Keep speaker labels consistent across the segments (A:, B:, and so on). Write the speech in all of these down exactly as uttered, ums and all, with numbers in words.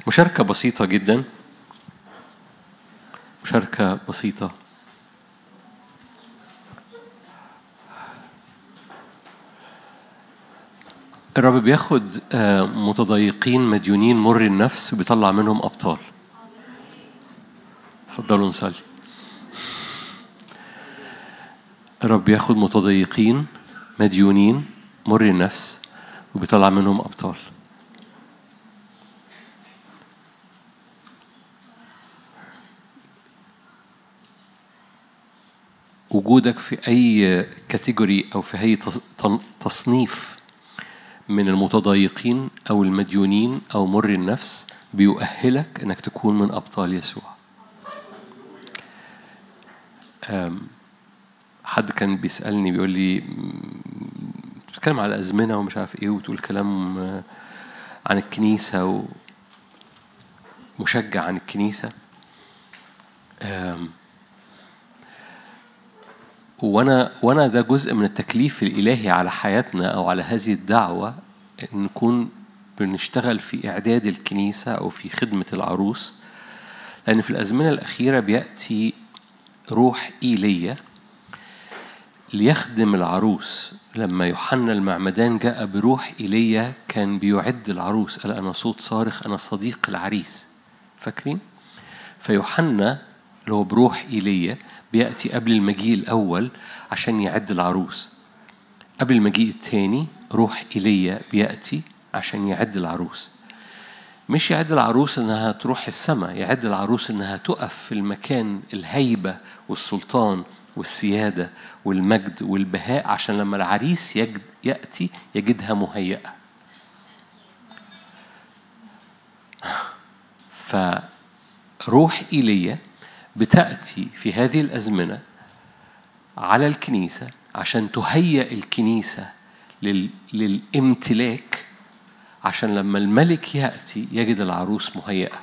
A: مشاركة بسيطة جدا، مشاركة بسيطة. الرب بياخد متضايقين مديونين مر النفس وبيطلع منهم أبطال. فضلوا نصلي. الرب بياخد متضايقين مديونين مر النفس وبيطلع منهم أبطال. وجودك في أي كاتيجوري أو في أي تصنيف من المتضايقين أو المديونين أو مر النفس بيؤهلك أنك تكون من أبطال يسوع. حد كان بيسألني بيقول لي بتتكلم على الأزمنة ومش عارف إيه وتقول كلام عن الكنيسة ومشجع عن الكنيسة. وأنا وأنا ده جزء من التكليف الإلهي على حياتنا أو على هذه الدعوة، إن نكون بنشتغل في إعداد الكنيسة أو في خدمة العروس. لأن في الأزمنة الأخيرة بيأتي روح إيليا ليخدم العروس. لما يوحنا المعمدان جاء بروح إيليا كان بيعد العروس، قال أنا صوت صارخ أنا صديق العريس، فاكرين؟ فيوحنا اللي هو بروح إيليا بيأتي قبل المجيء الأول عشان يعد العروس. قبل المجيء الثاني روح إيليا بيأتي عشان يعد العروس. مش يعد العروس إنها تروح السماء، يعد العروس إنها تقف في المكان الهيبة والسلطان والسيادة والمجد والبهاء، عشان لما العريس يجد يأتي يجدها مهيئة. فروح إيليا بتأتي في هذه الأزمنة على الكنيسة عشان تهيئ الكنيسة للامتلاك، عشان لما الملك يأتي يجد العروس مهيئة.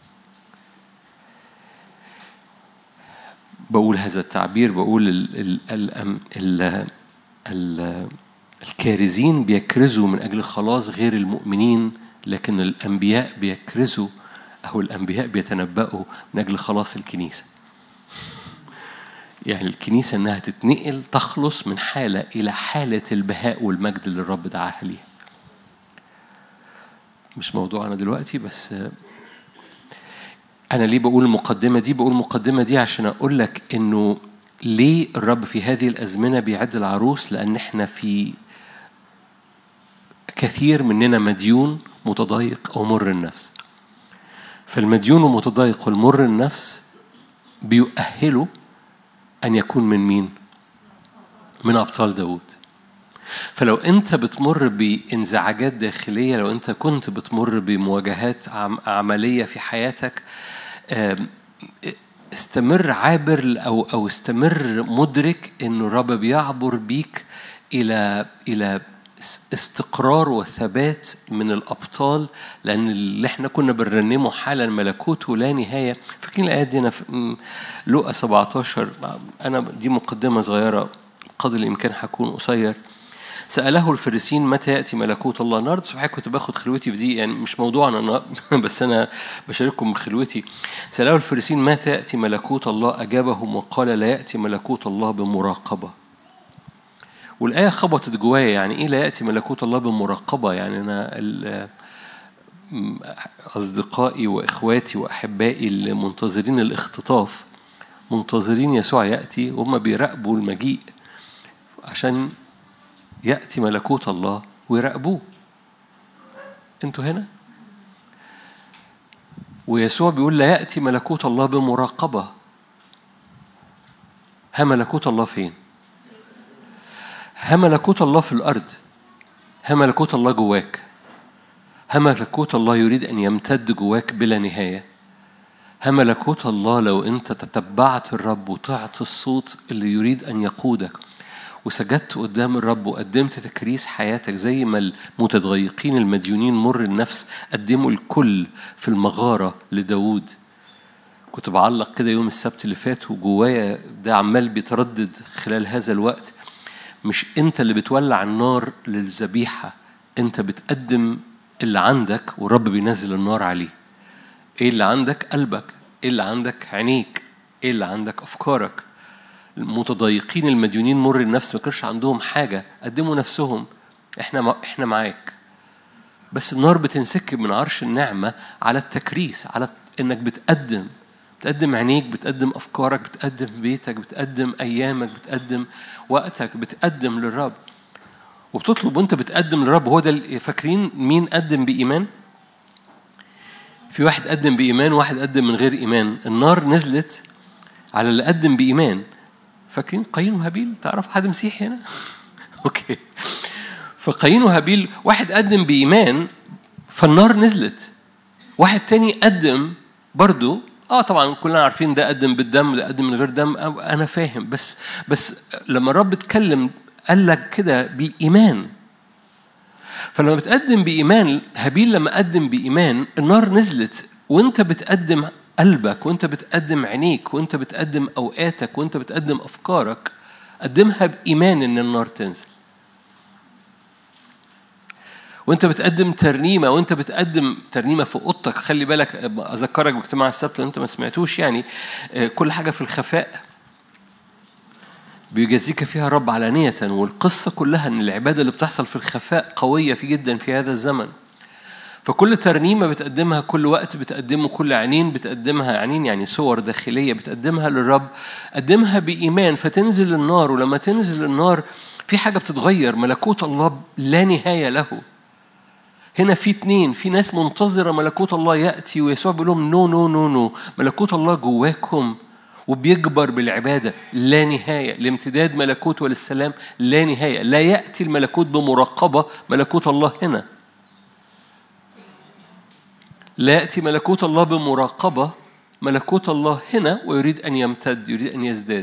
A: بقول هذا التعبير، بقول ال ال ال ال ال الكارزين بيكرزوا من أجل خلاص غير المؤمنين، لكن الأنبياء بيكرزوا أو الأنبياء بيتنبأوا من أجل خلاص الكنيسة. يعني الكنيسة أنها تتنقل تخلص من حالة إلى حالة البهاء والمجد اللي الرب دعاها ليها. مش موضوعنا دلوقتي، بس أنا ليه بقول المقدمة دي؟ بقول المقدمة دي عشان أقول لك إنه ليه الرب في هذه الأزمنة بيعد العروس. لأن إحنا في كثير مننا مديون متضايق أو مر النفس. فالمديون المتضايق والمر النفس بيؤهله أن يكون من مين؟ من أبطال داود. فلو أنت بتمر بانزعاجات داخلية، لو أنت كنت بتمر بمواجهات عملية في حياتك، استمر عابر أو أو استمر مدرك إنه الرب بيعبر بيك إلى إلى استقرار وثبات من الأبطال. لأن اللي احنا كنا بنرنمه حالا ملكوته لا نهاية. فاكرين الآيات دي؟ أنا في لوقا سبعة عشر، أنا دي مقدمة صغيرة قدر الإمكان هكون قصير. سأله الفريسين متى يأتي ملكوت الله. النهارده الصبح كنت باخد خلوتي في دي، يعني مش موضوعنا بس أنا بشارككم بخلوتي. سأله الفريسين متى يأتي ملكوت الله، أجابهم وقال لا يأتي ملكوت الله بمراقبة. والآية خبطت جوايا، يعني إيه لا يأتي ملكوت الله بمراقبة؟ يعني أنا أصدقائي وإخواتي وأحبائي اللي منتظرين الاختطاف منتظرين يسوع يأتي، وهم بيراقبوا المجيء عشان يأتي ملكوت الله ويراقبوه. أنتوا هنا؟ ويسوع بيقول لا يأتي ملكوت الله بمراقبة. ها ملكوت الله فين؟ ها ملكوت الله في الأرض. ها ملكوت الله جواك. ها ملكوت الله يريد أن يمتد جواك بلا نهاية. ها ملكوت الله لو أنت تتبعت الرب وطعت الصوت اللي يريد أن يقودك وسجدت قدام الرب وقدمت تكريس حياتك، زي ما المتضايقين المديونين مر النفس قدموا الكل في المغارة لداود. كنت بعلق كده يوم السبت اللي فات وجوايا ده عمال بيتردد خلال هذا الوقت. مش أنت اللي بتولع النار للذبيحة، أنت بتقدم اللي عندك والرب بينزل النار عليه. إيه اللي عندك؟ قلبك. إيه اللي عندك؟ عينيك. إيه اللي عندك؟ أفكارك. المتضايقين المديونين مر النفس ما كانش عندهم حاجة، قدموا نفسهم. إحنا ما إحنا معاك. بس النار بتنسكب من عرش النعمة على التكريس، على إنك بتقدم بتقدم عينيك، بتقدم أفكارك، بتقدم بيتك، بتقدم أيامك، بتقدم وقتك، بتقدم للرب وبتطلب وانت بتقدم للرب. هو ده. فاكرين مين قدم بإيمان؟ في واحد قدم بإيمان وواحد قدم من غير إيمان. النار نزلت على اللي قدم بإيمان. فاكرين قايين وهابيل؟ تعرف حد مسيحي هنا؟ أوكي. فقايين وهابيل واحد قدم بإيمان فالنار نزلت. واحد تاني قدم برضو. اه طبعا كلنا عارفين ده قدم بالدم ده قدم من غير دم. انا فاهم. بس بس لما الرب اتكلم قال لك كده بالإيمان. فلما بتقدم بإيمان، هابيل لما قدم بإيمان النار نزلت. وانت بتقدم قلبك، وانت بتقدم عينيك، وانت بتقدم أوقاتك، وانت بتقدم أفكارك، قدمها بإيمان إن النار تنزل. وانت بتقدم ترنيمة، وانت بتقدم ترنيمة في أوضتك. خلي بالك أذكرك باجتماع السبت لو انت ما سمعتوش، يعني كل حاجة في الخفاء بيجازيك فيها رب علانية. والقصة كلها أن العبادة اللي بتحصل في الخفاء قوية في جدا في هذا الزمن. فكل ترنيمة بتقدمها، كل وقت بتقدمه، كل عينين بتقدمها، عينين يعني صور داخلية بتقدمها للرب، قدمها بإيمان فتنزل النار. ولما تنزل النار في حاجة بتتغير. ملكوت الله لا نهاية له. هنا في اتنين، في ناس منتظرة ملكوت الله يأتي، ويسوع بيقول لهم نو نو نو نو ملكوت الله جواكم وبيكبر بالعبادة لا نهاية. لامتداد ملكوت وللسلام لا نهاية. لا يأتي الملكوت بمراقبة. ملكوت الله هنا. لا يأتي ملكوت الله بمراقبة. ملكوت الله هنا ويريد أن يمتد، يريد أن يزداد.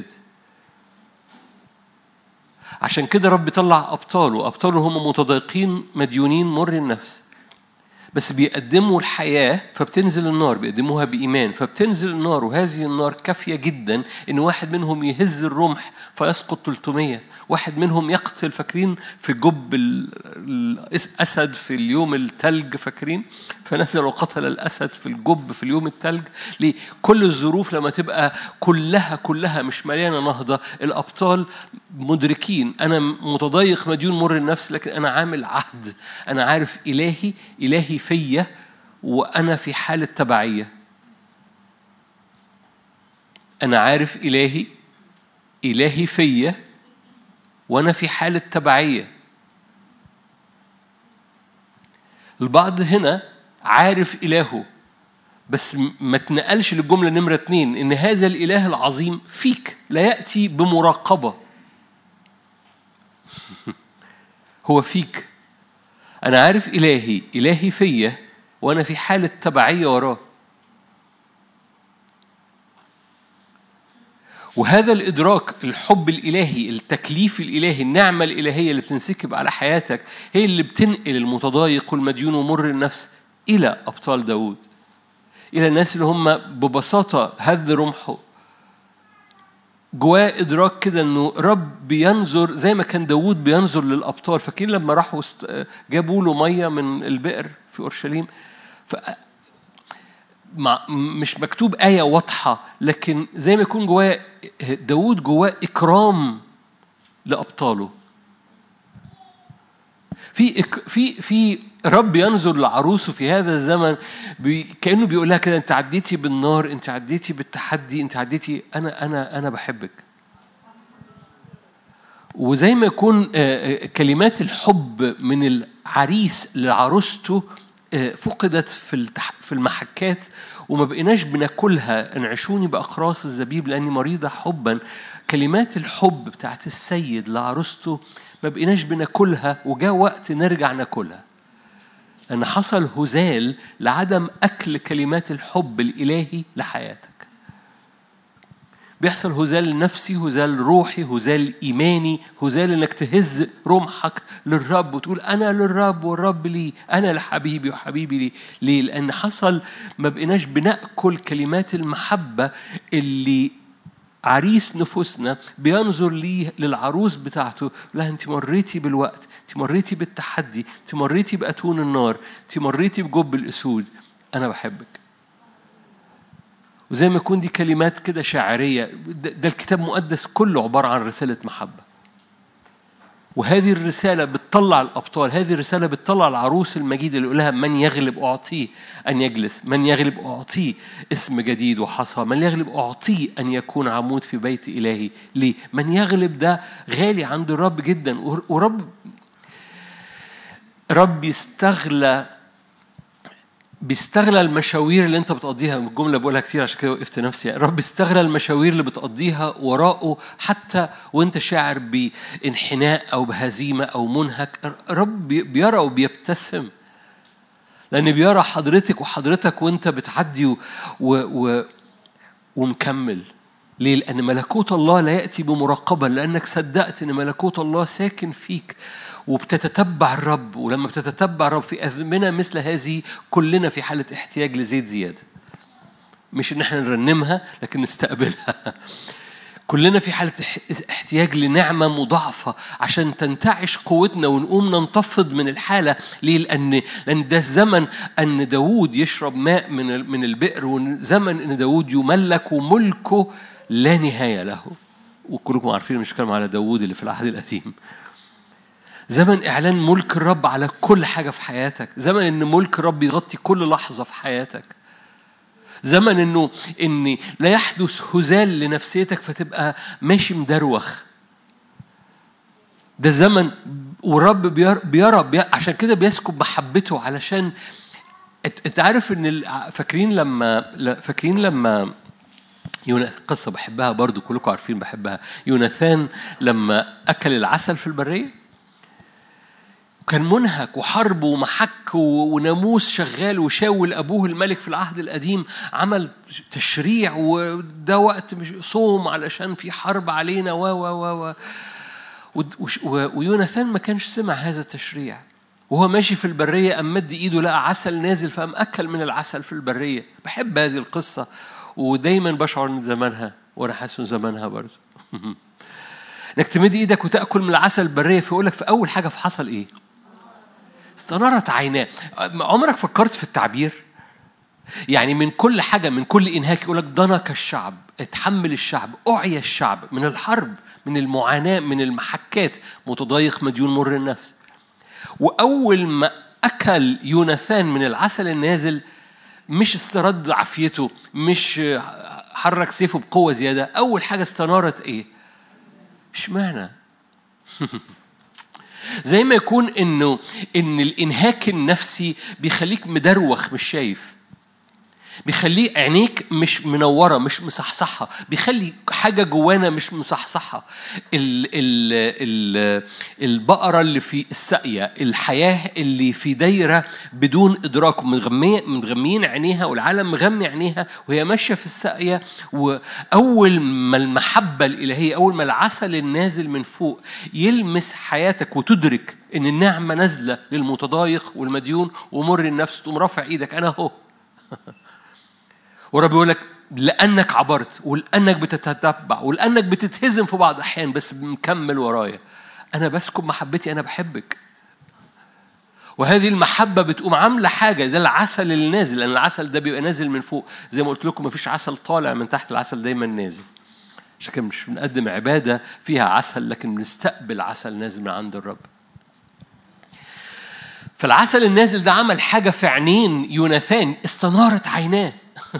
A: عشان كده رب يطلع أبطاله. أبطاله هم متضايقين مديونين مر النفس، بس بيقدموا الحياة فبتنزل النار. بيقدموها بإيمان فبتنزل النار. وهذه النار كافية جدا إن واحد منهم يهز الرمح فيسقط ثلاثمية. واحد منهم يقتل. فاكرين في جب الأسد في اليوم التلج؟ فاكرين فنزل وقتل الأسد في الجب في اليوم التلج. ليه؟ كل الظروف لما تبقى كلها كلها مش مليانة نهضة، الأبطال مدركين أنا متضايق مديون مر النفس، لكن أنا عامل عهد. أنا عارف إلهي إلهي فيا وأنا في حالة تبعية. أنا عارف إلهي إلهي فيا وأنا في حالة تبعية. البعض هنا عارف إلهه بس ما تنقلش للجملة نمرة اتنين إن هذا الإله العظيم فيك لا يأتي بمراقبة. هو فيك. أنا عارف إلهي إلهي فيا وأنا في حالة تبعية وراه. وهذا الإدراك، الحب الإلهي، التكليف الإلهي، النعمة الإلهية اللي بتنسكب على حياتك هي اللي بتنقل المتضايق والمديون ومر النفس إلى أبطال داود، إلى الناس اللي هم ببساطة هذ رمحه جواه إدراك كده إنه رب بينظر زي ما كان داود بينظر للأبطال. فاكرين لما راحوا جابوا له مية من البئر في أورشليم؟ ف مش مكتوب آية واضحة، لكن زي ما يكون جواه داود جواه إكرام لأبطاله. في في في رب ينظر لعروسه في هذا الزمن بي كأنه بيقول لها كده: أنت عديتي بالنار، أنت عديتي بالتحدي، أنت عديتي، أنا أنا أنا بحبك. وزي ما يكون كلمات الحب من العريس لعروسته فقدت في في المحكات وما بقيناش بناكلها. انعشوني بأقراص الزبيب لأني مريضة حبا. كلمات الحب بتاعت السيد لعروسته ما بقيناش بناكلها، وجاء وقت نرجع ناكلها. أن حصل هزال لعدم أكل كلمات الحب الإلهي لحياتك. بيحصل هزال نفسي، هزال روحي، هزال إيماني، هزال إنك تهز رمحك للرب وتقول أنا للرب والرب لي، أنا لحبيبي وحبيبي لي. ليه؟ لأن حصل ما بقيناش بنأكل كلمات المحبة اللي عريس نفوسنا بينظر ليه للعروس بتاعته. لا، أنت مريتي بالوقت، أنت مريتي بالتحدي، أنت مريتي بأتون النار، أنت مريتي بجب الأسود، أنا بحبك. وزي ما يكون دي كلمات كده شاعرية، ده الكتاب المقدس كله عبارة عن رسالة محبة. وهذه الرسالة بتطلع الأبطال، هذه الرسالة بتطلع العروس المجيد اللي يقولها من يغلب أعطيه أن يجلس، من يغلب أعطيه اسم جديد وحصى، من يغلب أعطيه أن يكون عمود في بيت إلهي. ليه؟ من يغلب ده غالي عند الرب جدا. ورب رب يستغلى بيستغلى المشاوير اللي انت بتقضيها. الجمله بقولها كتير عشان كده وقفت نفسي. رب يستغلى المشاوير اللي بتقضيها وراءه حتى وانت شاعر بانحناء او بهزيمه او منهك. رب بيرى وبيبتسم، لان بيرى حضرتك وحضرتك وانت بتعدي و... و... ومكمل. ليه؟ لأن ملكوت الله لا يأتي بمراقبة، لأنك صدقت أن ملكوت الله ساكن فيك وبتتتبع الرب. ولما بتتتبع الرب في أزمنة مثل هذه كلنا في حالة احتياج لزيت زيادة، مش إن احنا نرنمها لكن نستقبلها. كلنا في حالة احتياج لنعمة مضاعفة عشان تنتعش قوتنا ونقوم ننتفض من الحالة. ليه؟ لأن لأن ده الزمن أن داود يشرب ماء من من البئر، وزمن أن داود يملك وملكه لا نهاية له. وكلكم عارفين مش كلام على داود اللي في العهد القديم. زمن إعلان ملك الرب على كل حاجة في حياتك، زمن أن ملك الرب يغطي كل لحظة في حياتك، زمن إنه إن لا يحدث هزال لنفسيتك فتبقى ماشي مدروخ. ده زمن والرب بيرى, بيرى, بيرى عشان كده بيسكب محبته. علشان أنت عارف إن فاكرين لما فاكرين لما يونا قصة بحبها برضو كلكم عارفين بحبها. يوناثان لما أكل العسل في البرية كان منهك وحرب ومحك وناموس شغال، وشاول أبوه الملك في العهد القديم عمل تشريع، وده وقت مش صوم علشان في حرب علينا و و و ويوناثان ما كانش سمع هذا التشريع. وهو ماشي في البرية أم مد إيده لقى عسل نازل فأم أكل من العسل في البرية. بحب هذه القصة ودايما بشعر إن زمانها، وأنا حاسس إن زمانها برضه إنك تمد إيدك وتأكل من العسل البرية. فيقولك في أول حاجة في حصل إيه؟ استنارت عيناه. عمرك فكرت في التعبير؟ يعني من كل حاجة، من كل إنهاك يقولك ضنك الشعب، اتحمل الشعب، أعيا الشعب من الحرب، من المعاناة، من المحكات، متضايق مديون مر النفس. وأول ما أكل يوناثان من العسل النازل مش استرد عافيته، مش حرك سيفه بقوة زيادة. أول حاجة استنارت إيه؟ اشمعنى؟ زي ما يكون إنه إن الإنهاك النفسي بيخليك مدروخ مش شايف، بيخلي عينيك مش منورة مش مصحصحة، بيخلي حاجة جوانا مش مصحصحة. ال ال ال البقرة اللي في الساقية، الحياة اللي في دايرة بدون إدراك، مغميين عينيها والعالم مغمي عينيها وهي ماشية في الساقية. وأول ما المحبة الإلهية، أول ما العسل النازل من فوق يلمس حياتك وتدرك إن النعمة نازلة للمتضايق والمديون ومر النفس، تقوم رافع إيدك أنا هو. ورب يقول لك لأنك عبرت، ولأنك بتتتبع، ولأنك بتتهزم في بعض أحيان بس مكمل ورايا. أنا بسكب محبتي، أنا بحبك. وهذه المحبة بتقوم عاملة حاجة، ده العسل اللي نازل، لأن العسل ده بيبقى نازل من فوق. زي ما قلت لكم مفيش عسل طالع من تحت، العسل دايما نازل. عشان كده مش بنقدم عبادة فيها عسل، لكن بنستقبل عسل نازل من عند الرب. فالعسل النازل ده عمل حاجة في عينين يوناثان، استنارت عيناه.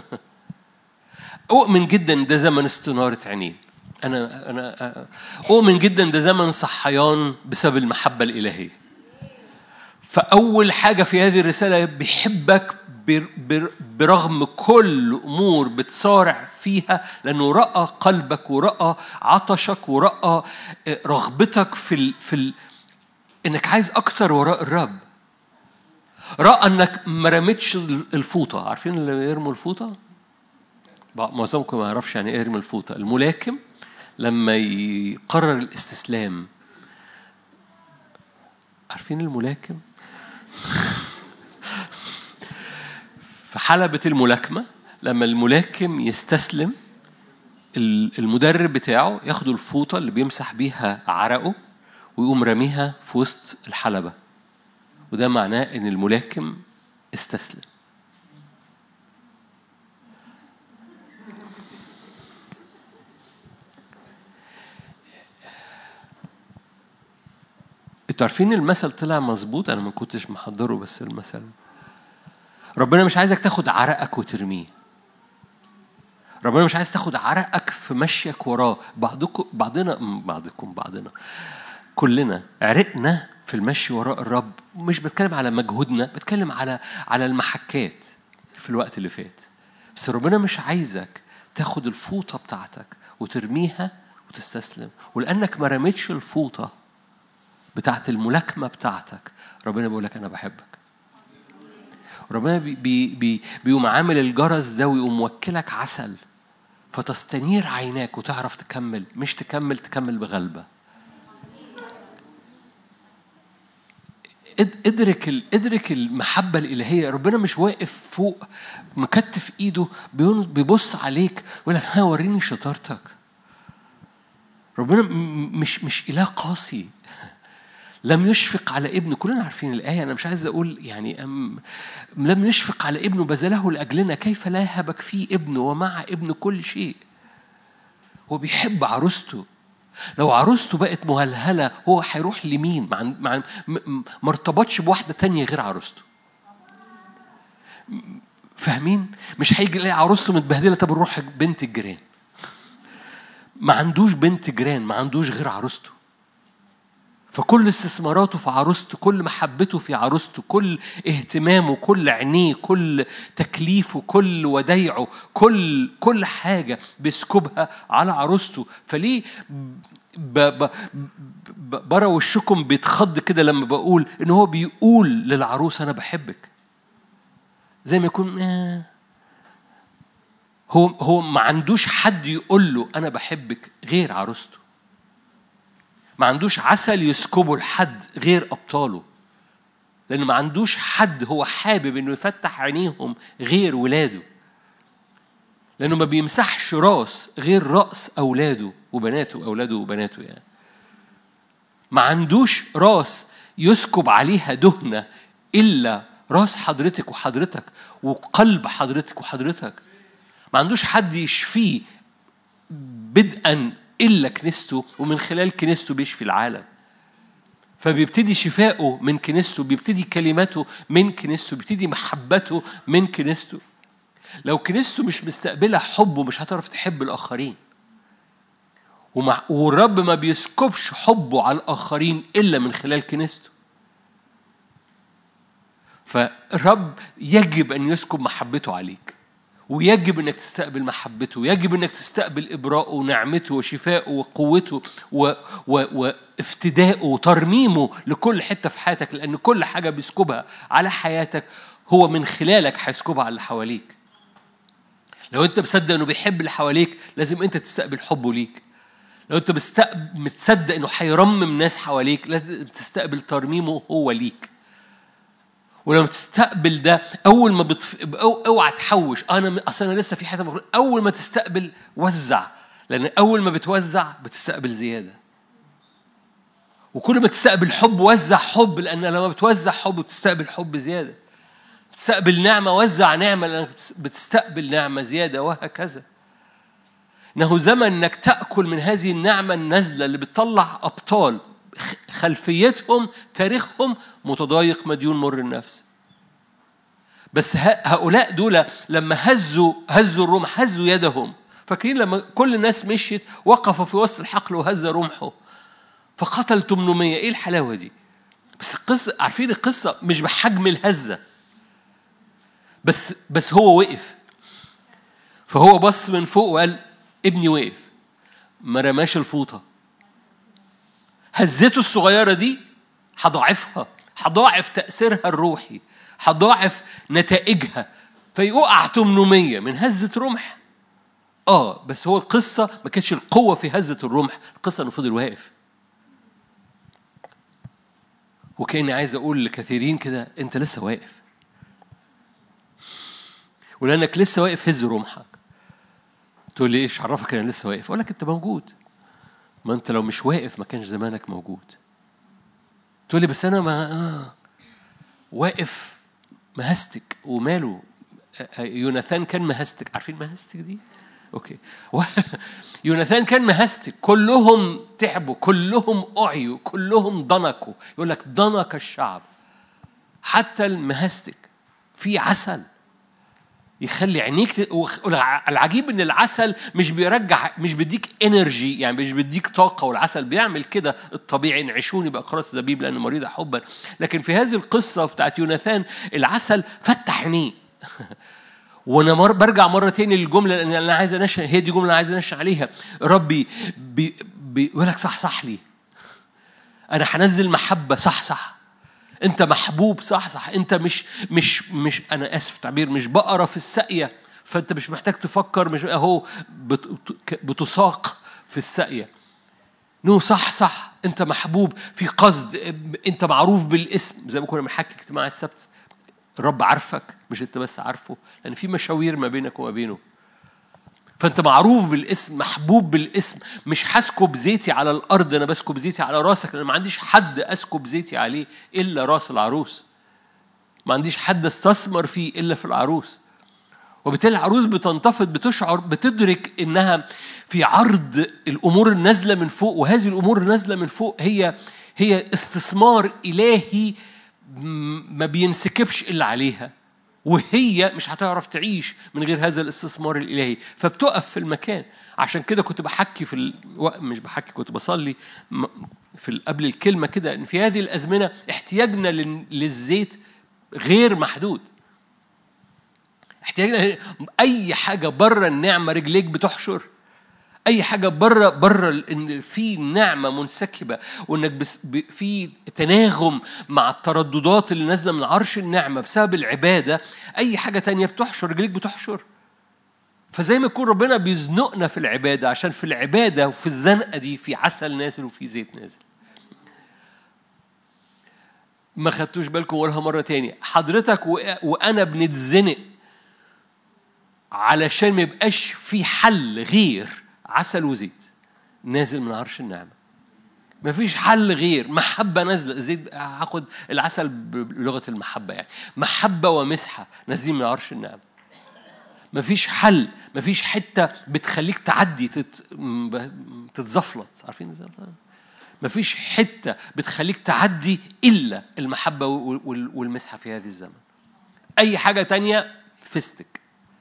A: أؤمن جدا ده زمن استنارة عينين. أنا أنا أؤمن جدا ده زمن صحيان بسبب المحبة الإلهية. فأول حاجة في هذه الرسالة بيحبك برغم كل أمور بتصارع فيها، لأنه رأى قلبك ورأى عطشك ورأى رغبتك في ال في ال إنك عايز أكتر وراء الرب. رأى أنك ما رميتش الفوطة. عارفين اللي يرموا الفوطة؟ معظمكم ما يعرفش يعني إيه يرمي الفوطة. الملاكم لما يقرر الاستسلام، عارفين الملاكم؟ في حلبة الملاكمة لما الملاكم يستسلم، المدرب بتاعه ياخد الفوطة اللي بيمسح بيها عرقه ويقوم رميها في وسط الحلبة، وده معناه إن الملاكم استسلم. انتوا عارفين المثل طلع مظبوط؟ انا ما كنتش محضره، بس المثل ربنا مش عايزك تاخد عرقك وترميه. ربنا مش عايز تاخد عرقك في مشيك وراه. بعضكم بعضنا بعضكم بعضنا كلنا عرقنا في المشي وراء الرب. مش بتكلم على مجهودنا، بتكلم على على المحكات في الوقت اللي فات. بس ربنا مش عايزك تاخد الفوطة بتاعتك وترميها وتستسلم. ولأنك ما رميتش الفوطة بتاعت الملاكمة بتاعتك، ربنا بيقول لك أنا بحبك. ربنا بي بي بي بيقوم عامل الجرس ده ويقوم موكلك عسل فتستنير عيناك وتعرف تكمل. مش تكمل تكمل بغلبة. ادرك ادرك المحبة الإلهية. ربنا مش واقف فوق مكتف إيده بيبص عليك ويقول لك ها وريني شطارتك. ربنا مش مش إله قاسي. لم يشفق على ابنه. كلنا عارفين الآية، أنا مش عايز أقول يعني أم لم يشفق على ابنه بذله لأجلنا، كيف لا يهبك فيه ابنه ومع ابنه كل شيء. هو بيحب عروسته. لو عروسته بقت مهلهلة هو هيروح لمين؟ مع مع ما ارتبطش بواحدة تانية غير عروسته. فاهمين؟ مش هيجي يلاقي عروسته متبهدلة طب نروح بنت الجيران. ما عندوش بنت جيران، ما عندوش غير عروسته. فكل استثماراته في عروسته، كل محبته في عروسته، كل اهتمامه، كل عينيه، كل تكليفه، كل ودايعه، كل كل حاجة بيسكبها على عروسته. فليه ب ب ب برا وشكم بيتخض كده لما بقول إن هو بيقول للعروس أنا بحبك؟ زي ما يكون آه هو هو ما عندوش حد يقول له أنا بحبك غير عروسته. ما عندوش عسل يسكبه لحد غير أبطاله. لأنه ما عندوش حد هو حابب إنه يفتح عينيهم غير ولاده. لأنه ما بيمسحش راس غير رأس أولاده وبناته، أولاده وبناته يعني. ما عندوش راس يسكب عليها دهنة إلا راس حضرتك وحضرتك وقلب حضرتك وحضرتك. ما عندوش حد يشفيه بدءا إلا كنيسته، ومن خلال كنيسته بيشفي العالم. فبيبتدي شفاؤه من كنيسته، بيبتدي كلماته من كنيسته، بيبتدي محبته من كنيسته. لو كنيسته مش مستقبلة حبه مش هتعرف تحب الآخرين. ومع والرب ما بيسكبش حبه على الآخرين إلا من خلال كنيسته. فالرب يجب أن يسكب محبته عليك، ويجب أنك تستقبل محبته، ويجب أنك تستقبل إبراءه ونعمته وشفاءه وقوته و... و... وافتداءه وترميمه لكل حتة في حياتك. لأن كل حاجة بيسكبها على حياتك هو من خلالك هيسكبها على اللي حواليك. لو أنت مصدق أنه بيحب اللي حواليك لازم أنت تستقبل حبه ليك. لو أنت متصدق أنه هيرمم ناس حواليك لازم تستقبل ترميمه هو ليك. ولما تستقبل ده أول ما بتف... أو... اوعى تحوش أنا أصلا لسه في حاجة مفروض. أول ما تستقبل وزع، لأن أول ما بتوزع بتستقبل زيادة. وكل ما تستقبل حب وزع حب، لأن لما بتوزع حب بتستقبل حب زيادة. بتستقبل نعمة وزع نعمة، لأنك بتستقبل نعمة زيادة، وهكذا. إنه زمن إنك تأكل من هذه النعمة النازلة اللي بتطلع أبطال خلفيتهم تاريخهم متضايق مديون مر النفس. بس هؤلاء دول لما هزوا هزوا الرمح، هزوا يدهم. فاكرين لما كل الناس مشيت وقفوا في وسط الحقل وهز رمحه فقتل ثمانمية. ايه الحلاوة دي؟ بس القصة، عارفين القصة مش بحجم الهزة، بس بس هو وقف. فهو بص من فوق وقال ابني وقف، ما رماش الفوطة. هزته الصغيرة دي هضاعفها، هضاعف تأثيرها الروحي، هضاعف نتائجها. فيقع ثمانمية من هزة رمح. آه بس هو القصة ما كانتش القوة في هزة الرمح، القصة إنه فضل واقف. وكأني عايز أقول لكثيرين كده أنت لسه واقف، ولأنك لسه واقف هز رمحك. تقول لي إيش عرفك أنا لسه واقف؟ أقول لك أنت موجود. ما أنت لو مش واقف ما كانش زمانك موجود. تقول لي بس أنا ما آه. واقف مهستك. وماله؟ يوناثان كان مهستك. عارفين مهستك دي؟ أوكي. يوناثان كان مهستك، كلهم تعبوا، كلهم أعيوا، كلهم ضنكوا. يقول لك ضنك الشعب. حتى المهستك في عسل يخلي عينيك ت... العجيب ان العسل مش بيرجع، مش بيديك انرجي، يعني مش بيديك طاقه، والعسل بيعمل كده الطبيعي، انعشوني باقراص زبيب لان مريضه حبا. لكن في هذه القصه بتاعت يوناثان العسل فتح عينيه. وانا مر برجع مره تاني للجمله لان انا عايز انشأ، هي دي جمله انا عايز انشأ عليها. ربي بي... بيقول لك صح صح لي، انا هنزل محبه، صح صح، انت محبوب، صح صح، انت مش مش مش انا اسف تعبير، مش بقرة في الساقيه، فانت مش محتاج تفكر، مش اهو بتساق في الساقيه. نو صح صح، انت محبوب، في قصد، انت معروف بالاسم. زي ما كنا بنحكي اجتماع السبت، الرب عارفك، مش انت بس عارفه، لان في مشاوير ما بينك وما بينه. فأنت معروف بالاسم، محبوب بالاسم. مش هسكب زيتي على الأرض، أنا بسكب زيتي على راسك، لأن ما عنديش حد أسكب زيتي عليه إلا راس العروس. ما عنديش حد استثمر فيه إلا في العروس. وبالتالي العروس بتنتفض، بتشعر، بتدرك إنها في عرض الأمور النازلة من فوق، وهذه الأمور النازلة من فوق هي هي استثمار إلهي ما بينسكبش إلا عليها، وهي مش هتعرف تعيش من غير هذا الاستثمار الإلهي، فبتقف في المكان. عشان كده كنت بحكي في الوقت، مش بحكي، كنت بصلي في قبل الكلمة كده، إن في هذه الأزمنة احتياجنا للزيت غير محدود. احتياجنا أي حاجة بره النعمة رجليك بتحشر، أي حاجة بره بره إن في نعمة منسكبة، وإنك بس في تناغم مع الترددات اللي نازلة من عرش النعمة بسبب العبادة، أي حاجة تانية بتحشر رجليك بتحشر. فزي ما يكون ربنا بيزنقنا في العبادة، عشان في العبادة وفي الزنقة دي في عسل نازل وفي زيت نازل. ما خدتوش بالكم؟ وقولها مرة تاني، حضرتك وأنا بنتزنق علشان ما يبقاش في حل غير عسل وزيت نازل من عرش النعمة. ما فيش حل غير محبة نازلة. زيت، هاخد العسل بلغة المحبة، يعني محبة ومسحة نازلين من عرش النعمة. ما فيش حل، ما فيش حتة بتخليك تعدي تت... تتزفلط، عارفين ازاي؟ ما فيش حتة بتخليك تعدي إلا المحبة والمسحة في هذه الزمن. أي حاجة تانية فستك،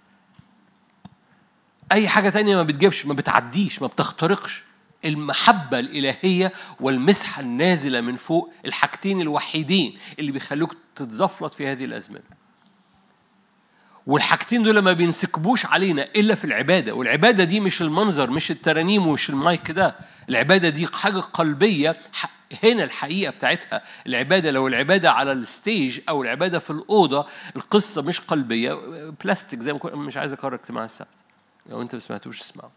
A: أي حاجة تانية ما بتجيبش، ما بتعديش، ما بتخترقش. المحبة الإلهية والمسحة النازلة من فوق، الحاجتين الوحيدين اللي بيخلوك تتزفلط في هذه الأزمنة. والحاجتين دول ما بينسكبوش علينا إلا في العبادة. والعبادة دي مش المنظر، مش الترانيم ومش المايك ده. العبادة دي حاجة قلبية، هنا الحقيقة بتاعتها. العبادة لو العبادة على الستيج أو العبادة في الأوضة، القصة مش قلبية، بلاستيك. زي ما مش عايز أكرر اجتماع السبت، لو أنت ما سمعتوش اسمعه.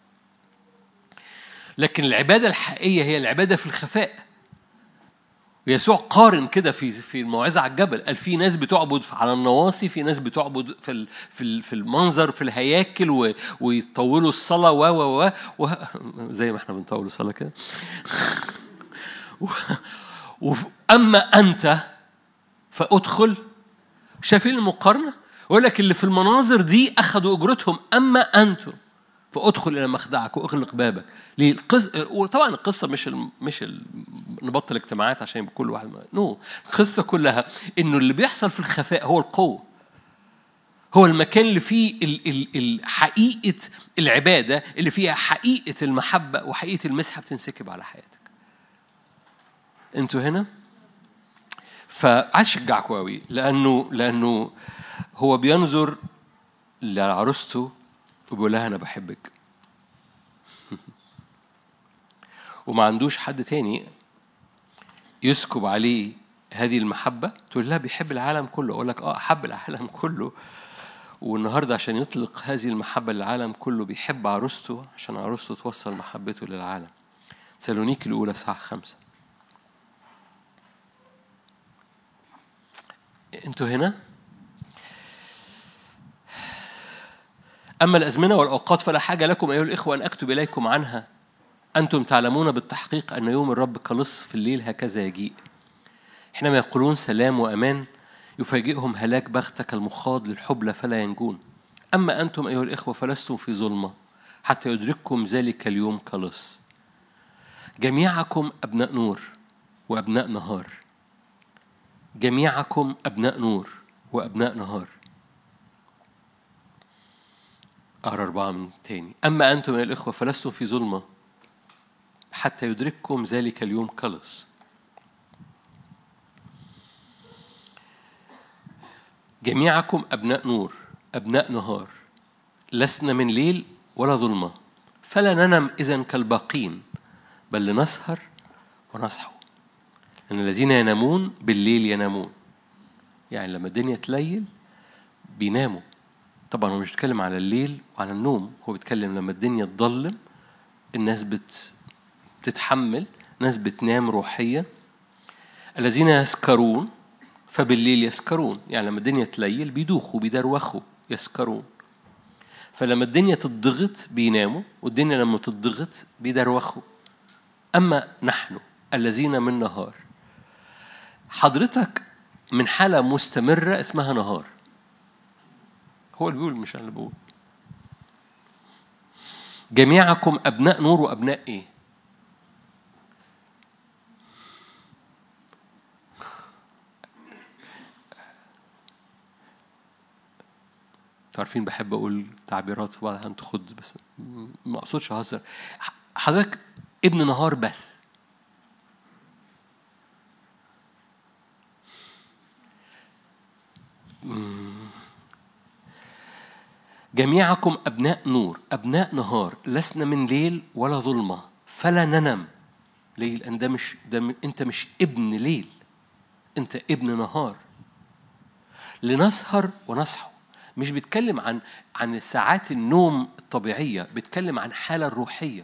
A: لكن العبادة الحقيقية هي العبادة في الخفاء. يسوع قارن كده في في الموعظة على الجبل، قال في ناس بتعبد على النواصي، في ناس بتعبد في في في المنظر، في الهياكل، ويطولوا الصلاة و و و زي ما احنا بنطول الصلاة كده. أما أنت فأدخل. شايفين المقارنة؟ يقول لك اللي في المناظر دي أخذوا أجرتهم، أما أنتم فأدخل إلى مخدعك وأغلق بابك. ليه القصة؟ وطبعا القصة مش ال... مش ال... نبطل اجتماعات عشان كل واحد ما... نو القصة كلها إنه اللي بيحصل في الخفاء هو القوة، هو المكان اللي فيه ال... ال... ال... حقيقة العبادة، اللي فيها حقيقة المحبة وحقيقة المسحة بتنسكب على حياتك. أنتوا هنا؟ فعايز أشجعكم قوي، لأنه لأنه هو بينظر لعروسته وبيقول لها أنا بحبك، وما عندوش حد تاني يسكب عليه هذه المحبة. تقول لها بيحب العالم كله. أقول لك آه أحب العالم كله، والنهاردة عشان يطلق هذه المحبة للعالم كله بيحب عروسته، عشان عروسته توصل محبته للعالم. تسالونيك الأولى صح خمسة. أنتوا هنا؟ أما الأزمنة والأوقات فلا حاجة لكم أيها الإخوة أن أكتب إليكم عنها. أنتم تعلمون بالتحقيق أن يوم الرب كلص في الليل هكذا يجيء، حينما يقولون سلام وأمان يفاجئهم هلاك بغتة كالمخاض للحبلى فلا ينجون. أما أنتم أيها الإخوة فلستم في ظلمة حتى يدرككم ذلك اليوم كلص. جميعكم أبناء نور وأبناء نهار. جميعكم أبناء نور وأبناء نهار. أقرأ أربعة من تاني. أما أنتم يا الإخوة فلستم في ظلمة حتى يدرككم ذلك اليوم كلص. جميعكم أبناء نور أبناء نهار، لسنا من ليل ولا ظلمة، فلا ننم إذن كالباقين، بل لنسهر ونصحو. أن الذين ينامون بالليل ينامون، يعني لما الدنيا تليل بيناموا. طبعا هو مش بيتكلم على الليل وعلى النوم، هو بيتكلم لما الدنيا تضلم الناس بت بتتحمل، ناس بتنام روحيا. الذين يسكرون فبالليل يسكرون، يعني لما الدنيا تليل بيدوخوا بيدروخوا يسكرون. فلما الدنيا تضغط بيناموا، والدنيا لما تضغط بيدروخوا. أما نحن الذين من نهار، حضرتك من حالة مستمرة اسمها نهار. هو اللي بيقول مش أنا اللي بقول. جميعكم أبناء نور وأبناء إيه؟ تعرفين بحب أقول تعبيرات في بعضها أنت خد، بس ما أقصدش هزر. حضرتك ابن نهار بس. جميعكم أبناء نور أبناء نهار، لسنا من ليل ولا ظلمة، فلا ننم. ليل أن ده مش ده، أنت مش ابن ليل، أنت ابن نهار. لنسهر ونصحو. مش بيتكلم عن عن ساعات النوم الطبيعية، بيتكلم عن حالة الروحية.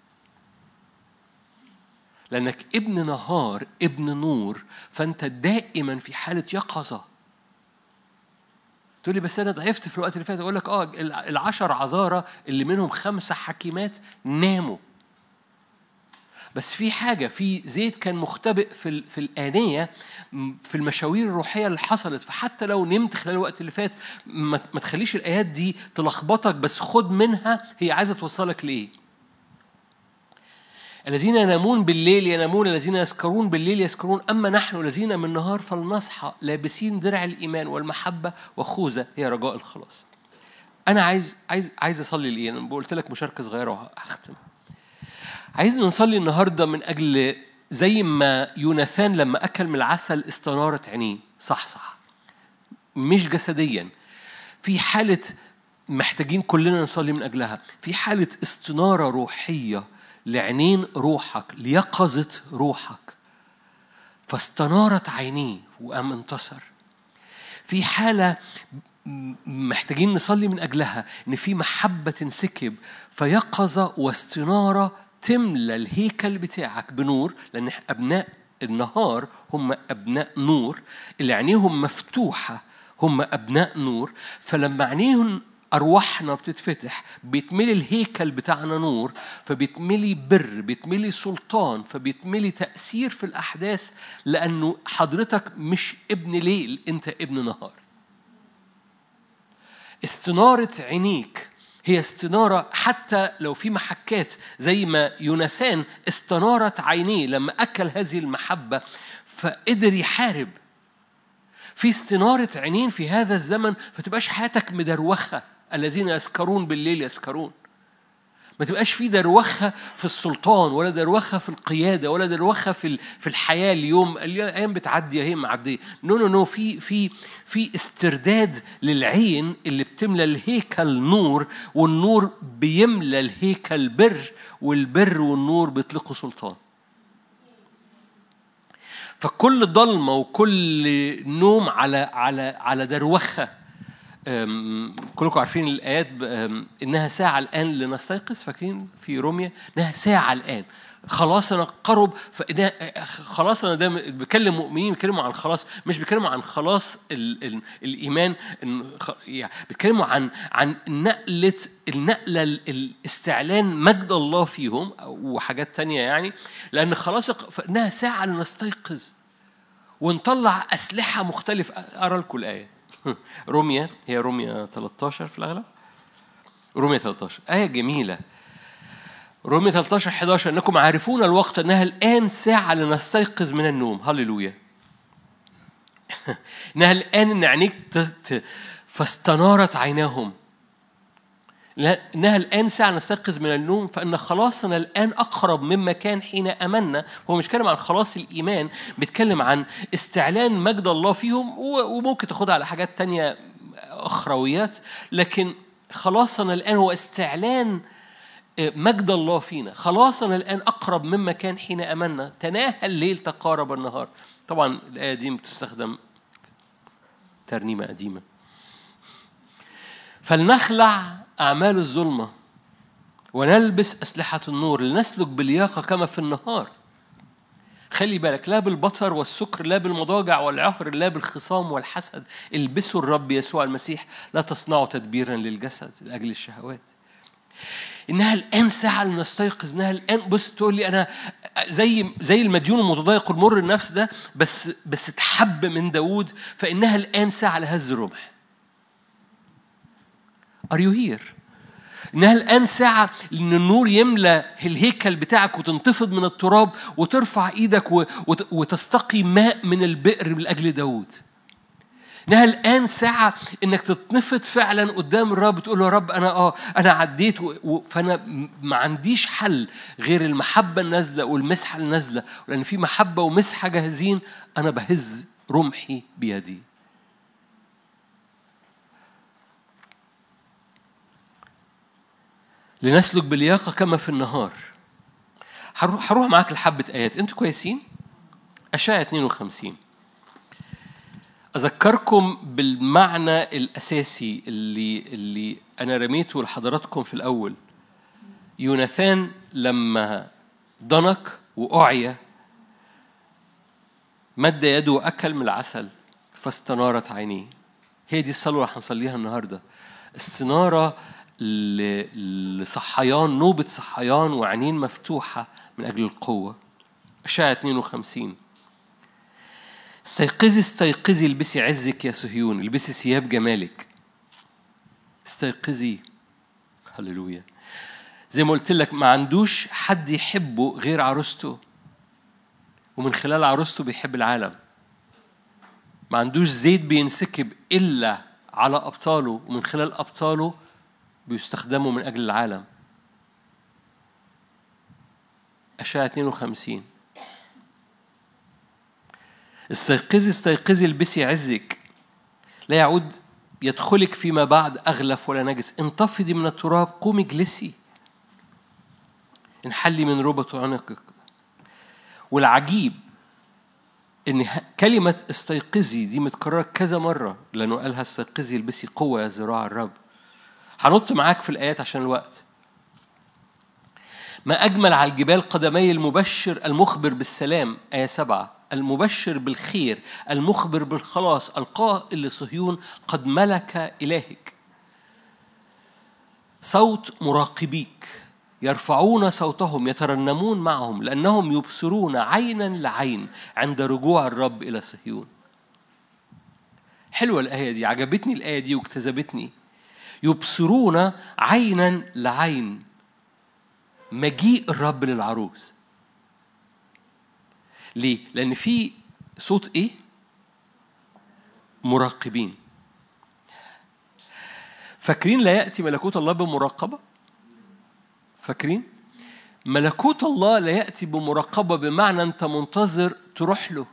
A: لأنك ابن نهار ابن نور، فأنت دائما في حالة يقظة. تقول لي بس أنا ضعفت في الوقت اللي فات. أقول لك آه العشر عذارى اللي منهم خمسة حكيمات ناموا، بس في حاجة، في زيت كان مختبئ في في الآنية في المشاوير الروحية اللي حصلت. فحتى لو نمت خلال الوقت اللي فات ما تخليش الآيات دي تلخبطك، بس خد منها هي عايزة توصلك لإيه. الذين ينامون بالليل ينامون، الذين يسكرون بالليل يسكرون. أما نحن الذين من النهار فلنصحى لابسين درع الإيمان والمحبة وخوذة هي رجاء الخلاص. أنا عايز عايز عايز أصلي لإيه؟ أنا قلت لك مشاركة صغيرة وهختم. عايز نصلي النهاردة من أجل زي ما يوناثان لما أكل من العسل استنارت عينيه. صح صح مش جسديا، في حالة محتاجين كلنا نصلي من أجلها، في حالة استنارة روحية لعينين روحك، ليقظة روحك. فاستنارت عينيه وقام انتصر. في حالة محتاجين نصلي من أجلها، إن في محبة تنسكب فيقظة واستنارة تملى الهيكل بتاعك بنور. لأن أبناء النهار هم أبناء نور، اللي عينيهم مفتوحة هم أبناء نور. فلما عينيهم أرواحنا بتتفتح بيتملي الهيكل بتاعنا نور، فبيتملي بر، بيتملي سلطان، فبيتملي تأثير في الأحداث. لأنه حضرتك مش ابن ليل، أنت ابن نهار. استنارة عينيك هي استنارة، حتى لو في محكات زي ما يوناثان استنارت عينيه لما أكل هذه المحبة فقدر يحارب. في استنارة عينين في هذا الزمن، فتبقاش حياتك مدروخة. الذين يسكرون بالليل يسكرون. ما تبقاش في دروخة في السلطان، ولا دروخة في القيادة، ولا دروخة في في الحياة. اليوم الأيام بتعدي هي معدية. نو نو نو في في في استرداد للعين اللي بتملى الهيكل نور، والنور بيملى الهيكل بر، والبر والنور بيطلقوا سلطان. فكل ضلمة وكل نوم على على على دروخة. كلكم عارفين الآيات إنها ساعة الآن لنستيقظ. فاكرين في روميا إنها ساعة الآن، خلاص أنا قرب. خلاص أنا دايما بكلم مؤمنين بيتكلموا عن خلاص، مش بيتكلموا عن خلاص ال ال الإيمان، يعني بيتكلموا عن عن نقلة النقلة الاستعلان مجد الله فيهم وحاجات تانية يعني. لأن خلاص فإنها ساعة لنستيقظ ونطلع أسلحة مختلفة. أرى لكم الآية. روميا هي روميا ثلاثة عشر في الأغلب. رومية ثلاثة عشر آية جميلة. رومية ثلاثة عشر إحدى عشر أنكم عارفون الوقت أنها الآن ساعة لنستيقظ من النوم. هللويا. إنها الآن إن عينيك فاستنارت عيناهم. إنها الآن ساعة نستيقظ من النوم، فإن خلاصنا الآن أقرب مما كان حين أمنا. هو مش بيتكلم عن خلاص الإيمان، بيتكلم عن استعلان مجد الله فيهم، وممكن تاخدها على حاجات تانية أخرويات، لكن خلاصنا الآن هو استعلان مجد الله فينا. خلاصنا الآن أقرب مما كان حين أمنا، تناهى الليل تقارب النهار. طبعا الآية دي بتستخدم ترنيمة قديمة. فلنخلع أعمال الظلمة ونلبس أسلحة النور لنسلك باللياقة كما في النهار. خلي بالك، لا بالبطر والسكر، لا بالمضاجع والعهر، لا بالخصام والحسد. البسوا الرب يسوع المسيح، لا تصنعوا تدبيرا للجسد لأجل الشهوات. إنها الآن ساعة لنستيقظ. إنها الآن، بص تقول لي أنا زي زي المديون المتضايق المر النفس ده، بس بس تحب من داود. فإنها الآن ساعة لهز الرمح. Are you here؟ إنها الآن ساعة لأن النور يملأ الهيكل بتاعك وتنتفض من التراب وترفع إيدك وتستقي ماء من البئر من أجل داود. إنها الآن ساعة إنك تتنفض فعلا قدام الرب، تقول له يا رب أنا آه أنا عديت، فأنا ما عنديش حل غير المحبة النازلة والمسحة النازلة، لأن في محبة ومسحة جاهزين. أنا بهز رمحي بيدي. لنسلك باللياقة كما في النهار. هروح هروح معاك لحبة آيات. أنتوا كويسين؟ أشعياء اثنين وخمسين. أذكركم بالمعنى الأساسي اللي اللي أنا رميته لحضراتكم في الأول. يوناثان لما ضنك وأعيا مد يده وأكل من العسل فاستنارت عينيه. هي دي الصلاة اللي هنصليها النهاردة. استنارة لصحيان، نوبة صحيان وعينين مفتوحة من أجل القوة. أشعياء اثنين وخمسين. استيقظي استيقظي البسي عزك يا صهيون، البسي ثياب جمالك. استيقظي. هللويا. زي ما قلت لك، ما عندوش حد يحبه غير عروسته، ومن خلال عروسته بيحب العالم. ما عندوش زيت بينسكب إلا على أبطاله، ومن خلال أبطاله بيستخدموا من أجل العالم. أشعياء اثنين وخمسين. استيقظي استيقظي البسي عزك، لا يعود يدخلك فيما بعد أغلف ولا نجس. انتفضي من التراب، قومي اجلسي، انحلي من ربط عنقك. والعجيب إن كلمة استيقظي دي متكررة كذا مرة، لأنه قالها استيقظي البسي قوة يا ذراع الرب. هنط معاك في الآيات عشان الوقت. ما أجمل على الجبال قدمي المبشر المخبر بالسلام. آية سبعة. المبشر بالخير المخبر بالخلاص القائل لصهيون قد ملك إلهك. صوت مراقبيك يرفعون صوتهم يترنمون معهم لأنهم يبصرون عينا لعين عند رجوع الرب إلى صهيون. حلوة الآية دي، عجبتني الآية دي واجتذبتني. يبصرون عينا لعين، مجيء الرب للعروس. ليه؟ لأن في صوت إيه؟ مراقبين. فاكرين لا يأتي ملكوت الله بمراقبة؟ فاكرين؟ ملكوت الله لا يأتي بمراقبة بمعنى أنت منتظر تروح له.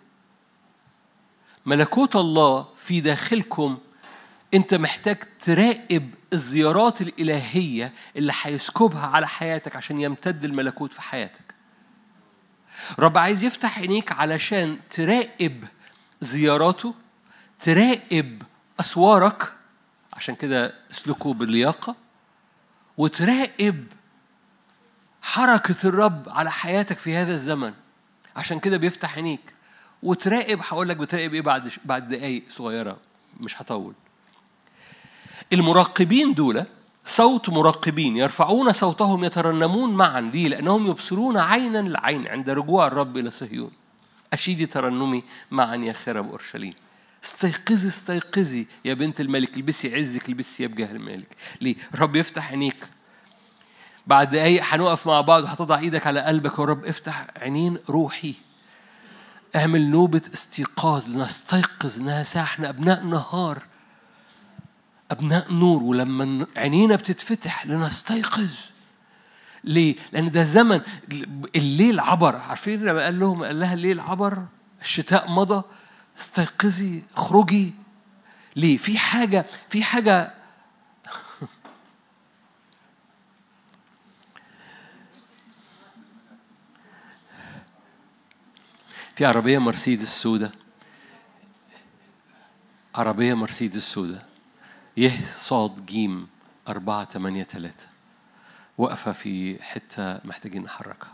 A: ملكوت الله في داخلكم، أنت محتاج تراقب الزيارات الإلهية اللي هيسكبها على حياتك عشان يمتد الملكوت في حياتك. رب عايز يفتح عينيك علشان تراقب زياراته، تراقب أسوارك، عشان كده اسلكوا باللياقة، وتراقب حركة الرب على حياتك في هذا الزمن. عشان كده بيفتح عينيك وتراقب. هقول لك بتراقب إيه بعد بعد دقايق صغيرة، مش هطول. المراقبين دول صوت مراقبين يرفعون صوتهم يترنمون معا. ليه؟ لأنهم يبصرون عينا لعين عند رجوع الرب إلى صهيون. أشيدي ترنمي معا يا خرب أورشليم. استيقظي استيقظي يا بنت الملك، البسي عزك، البسي ثياب جهل الملك. ليه؟ الرب يفتح عينيك. بعد دقايق هنقف مع بعض وهتضع ايدك على قلبك ورب افتح عينين روحي. اعمل نوبة استيقاظ لنستيقظ انها ساعة. احنا ابناء نهار، ابناء نور، ولما عينينا بتتفتح لنستيقظ. ليه؟ لان ده زمن الليل عبر. عارفين لما قال لهم، قال لها الليل عبر، الشتاء مضى، استيقظي اخرجي. ليه؟ في حاجة في حاجة في عربية مرسيدس سودة، عربية مرسيدس سودة يه صاد جيم أربعة تمانية تلاتة، وقفة في حتة محتاجين نحركها.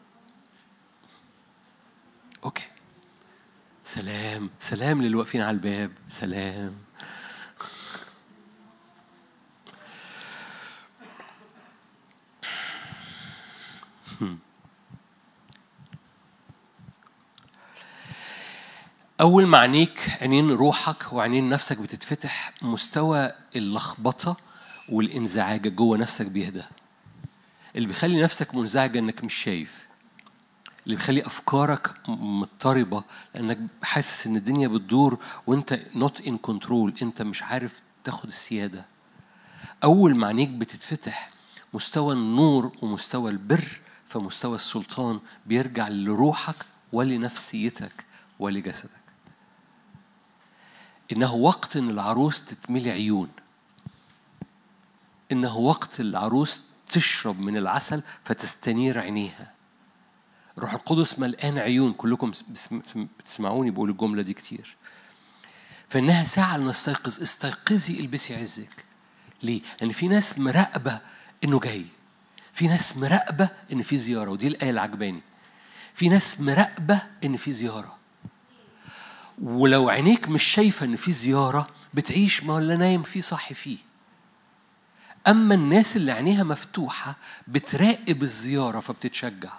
A: أوكي، سلام سلام للواقفين على الباب، سلام. أول ما عينيك، عينين روحك وعينين نفسك بتتفتح، مستوى اللخبطة والانزعاج جوه نفسك بيهدى. اللي بيخلي نفسك منزعجة إنك مش شايف، اللي بيخلي أفكارك مضطربة لأنك حاسس إن الدنيا بتدور وإنت not in control، إنت مش عارف تاخد السيادة. أول ما عينيك بتتفتح، مستوى النور ومستوى البر فمستوى السلطان بيرجع لروحك ولنفسيتك ولجسدك. إنه وقت إن العروس تتملي عيون، إنه وقت العروس تشرب من العسل فتستنير عينيها. روح القدس ملقان عيون. كلكم بتسمعوني بقول الجملة دي كتير. فإنها ساعة لنستيقظ. استيقظي البسي عزك. ليه؟ لأن في ناس مراقبة إنه جاي، في ناس مراقبة إن في زيارة، ودي الآية اللي عجباني. في ناس مراقبة إن في زيارة، ولو عينيك مش شايفة إن في زيارة بتعيش ما اللي نايم فيه صاحي فيه. أما الناس اللي عينيها مفتوحة بتراقب الزيارة فبتتشجع.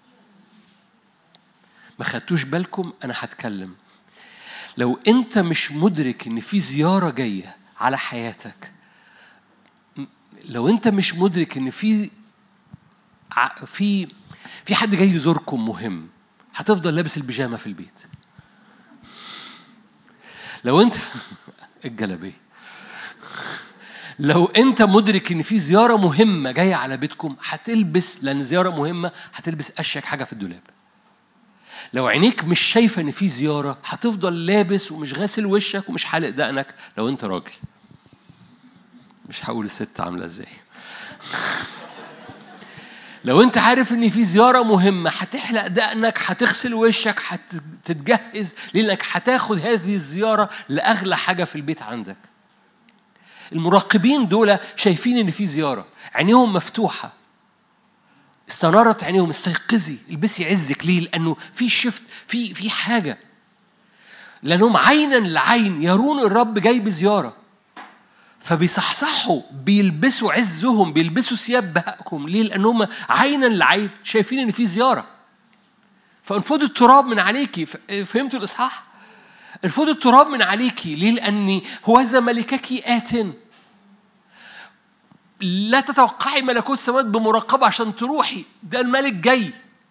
A: ما خدتوش بالكم؟ أنا هتكلم. لو أنت مش مدرك إن في زيارة جاية على حياتك، لو أنت مش مدرك إن في في في حد جاي يزوركم مهم، هتفضل لابس البيجامة في البيت. لو أنت الجلابية، لو أنت مدرك إن في زيارة مهمة جاية على بيتكم هتلبس، لأن زيارة مهمة هتلبس أشيك حاجة في الدولاب. لو عينيك مش شايفة إن في زيارة هتفضل لابس ومش غاسل وشك ومش حالق دقنك. لو أنت راجل، مش هقول الست عاملة إزاي. لو أنت عارف إن في زيارة مهمة هتحلق دقنك، هتغسل وشك، هتتجهز، لأنك هتاخد هذه الزيارة لأغلى حاجة في البيت عندك. المراقبين دول شايفين إن في زيارة، عينيهم مفتوحة، استنارت عينيهم. استيقظي البسي عزك. ليه؟ لأنه في شفت، في في حاجة. لأنهم عينا لعين يرون الرب جاي بزيارة، فبيصحصحوا، بيلبسوا عزهم، بيلبسوا ثياب بهائكم. ليه؟ لأنهم عينا لعين شايفين إن في زيارة. فانفضوا التراب من عليكي. فهمتوا الإصحاح؟ انفضوا التراب من عليكي. ليه؟ لأني هوذا ملكك آت. لا تتوقعي ملكوت السماوات بمراقبة عشان تروحي، ده الملك جاي.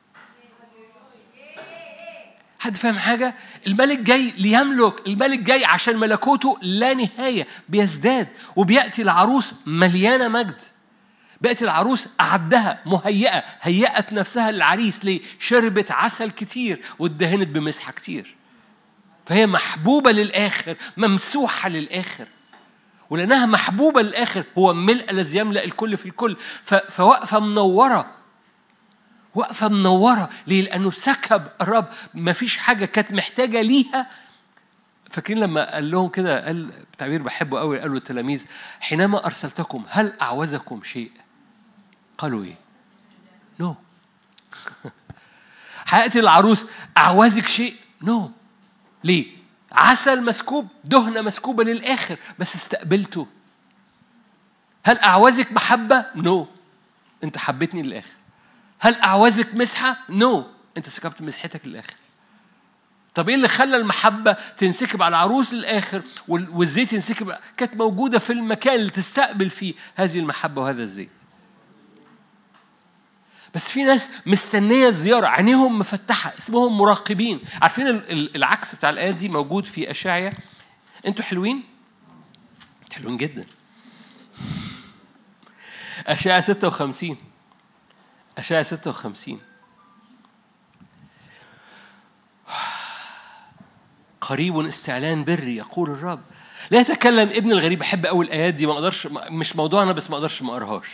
A: حد فاهم حاجة؟ الملك جاي ليملك. الملك جاي عشان ملكوته لا نهاية، بيزداد. وبيأتي العروس مليانة مجد. بيأتي العروس أعدها مهيئة، هيئت نفسها للعريس. ليه؟ شربت عسل كتير وادهنت بمسحة كتير، فهي محبوبة للآخر، ممسوحة للآخر. ولأنها محبوبة للآخر، هو الملء الذي يملأ الكل في الكل. فوقفة منورة، وقفة منورة. ليه؟ لأنه سكب الرب. ما فيش حاجة كانت محتاجة ليها. فاكرين لما قال لهم كده، قال تعبير بحبه قوي، قالوا التلاميذ حينما أرسلتكم هل أعوزكم شيء؟ قالوا إيه؟ نو. حياتي العروس أعوزك شيء؟ نو. ليه؟ عسل مسكوب، دهنة مسكوبة للآخر، بس استقبلته. هل أعوزك محبة؟ نو. أنت حبيتني للآخر. هل أعوزك مسحة؟ نو. أنت سكبت مسحتك للآخر. طب ايه اللي خلى المحبة تنسكب على العروس للآخر والزيت ينسكب؟ كانت موجودة في المكان اللي تستقبل فيه هذه المحبة وهذا الزيت. بس في ناس مستنية الزيارة، عينيهم مفتحة، اسمهم مراقبين. عارفين العكس بتاع الآيات دي موجود في أشعيا. انتوا حلوين؟ حلوين جدا. أشعيا ستة وخمسين، أشعيا ستة وخمسين. قريب استعلان بري يقول الرب، لا يتكلم ابن الغريب. أحب أول الآيات دي، ما أقدرش، مش موضوعنا بس ما أقدرش ما أقراهاش.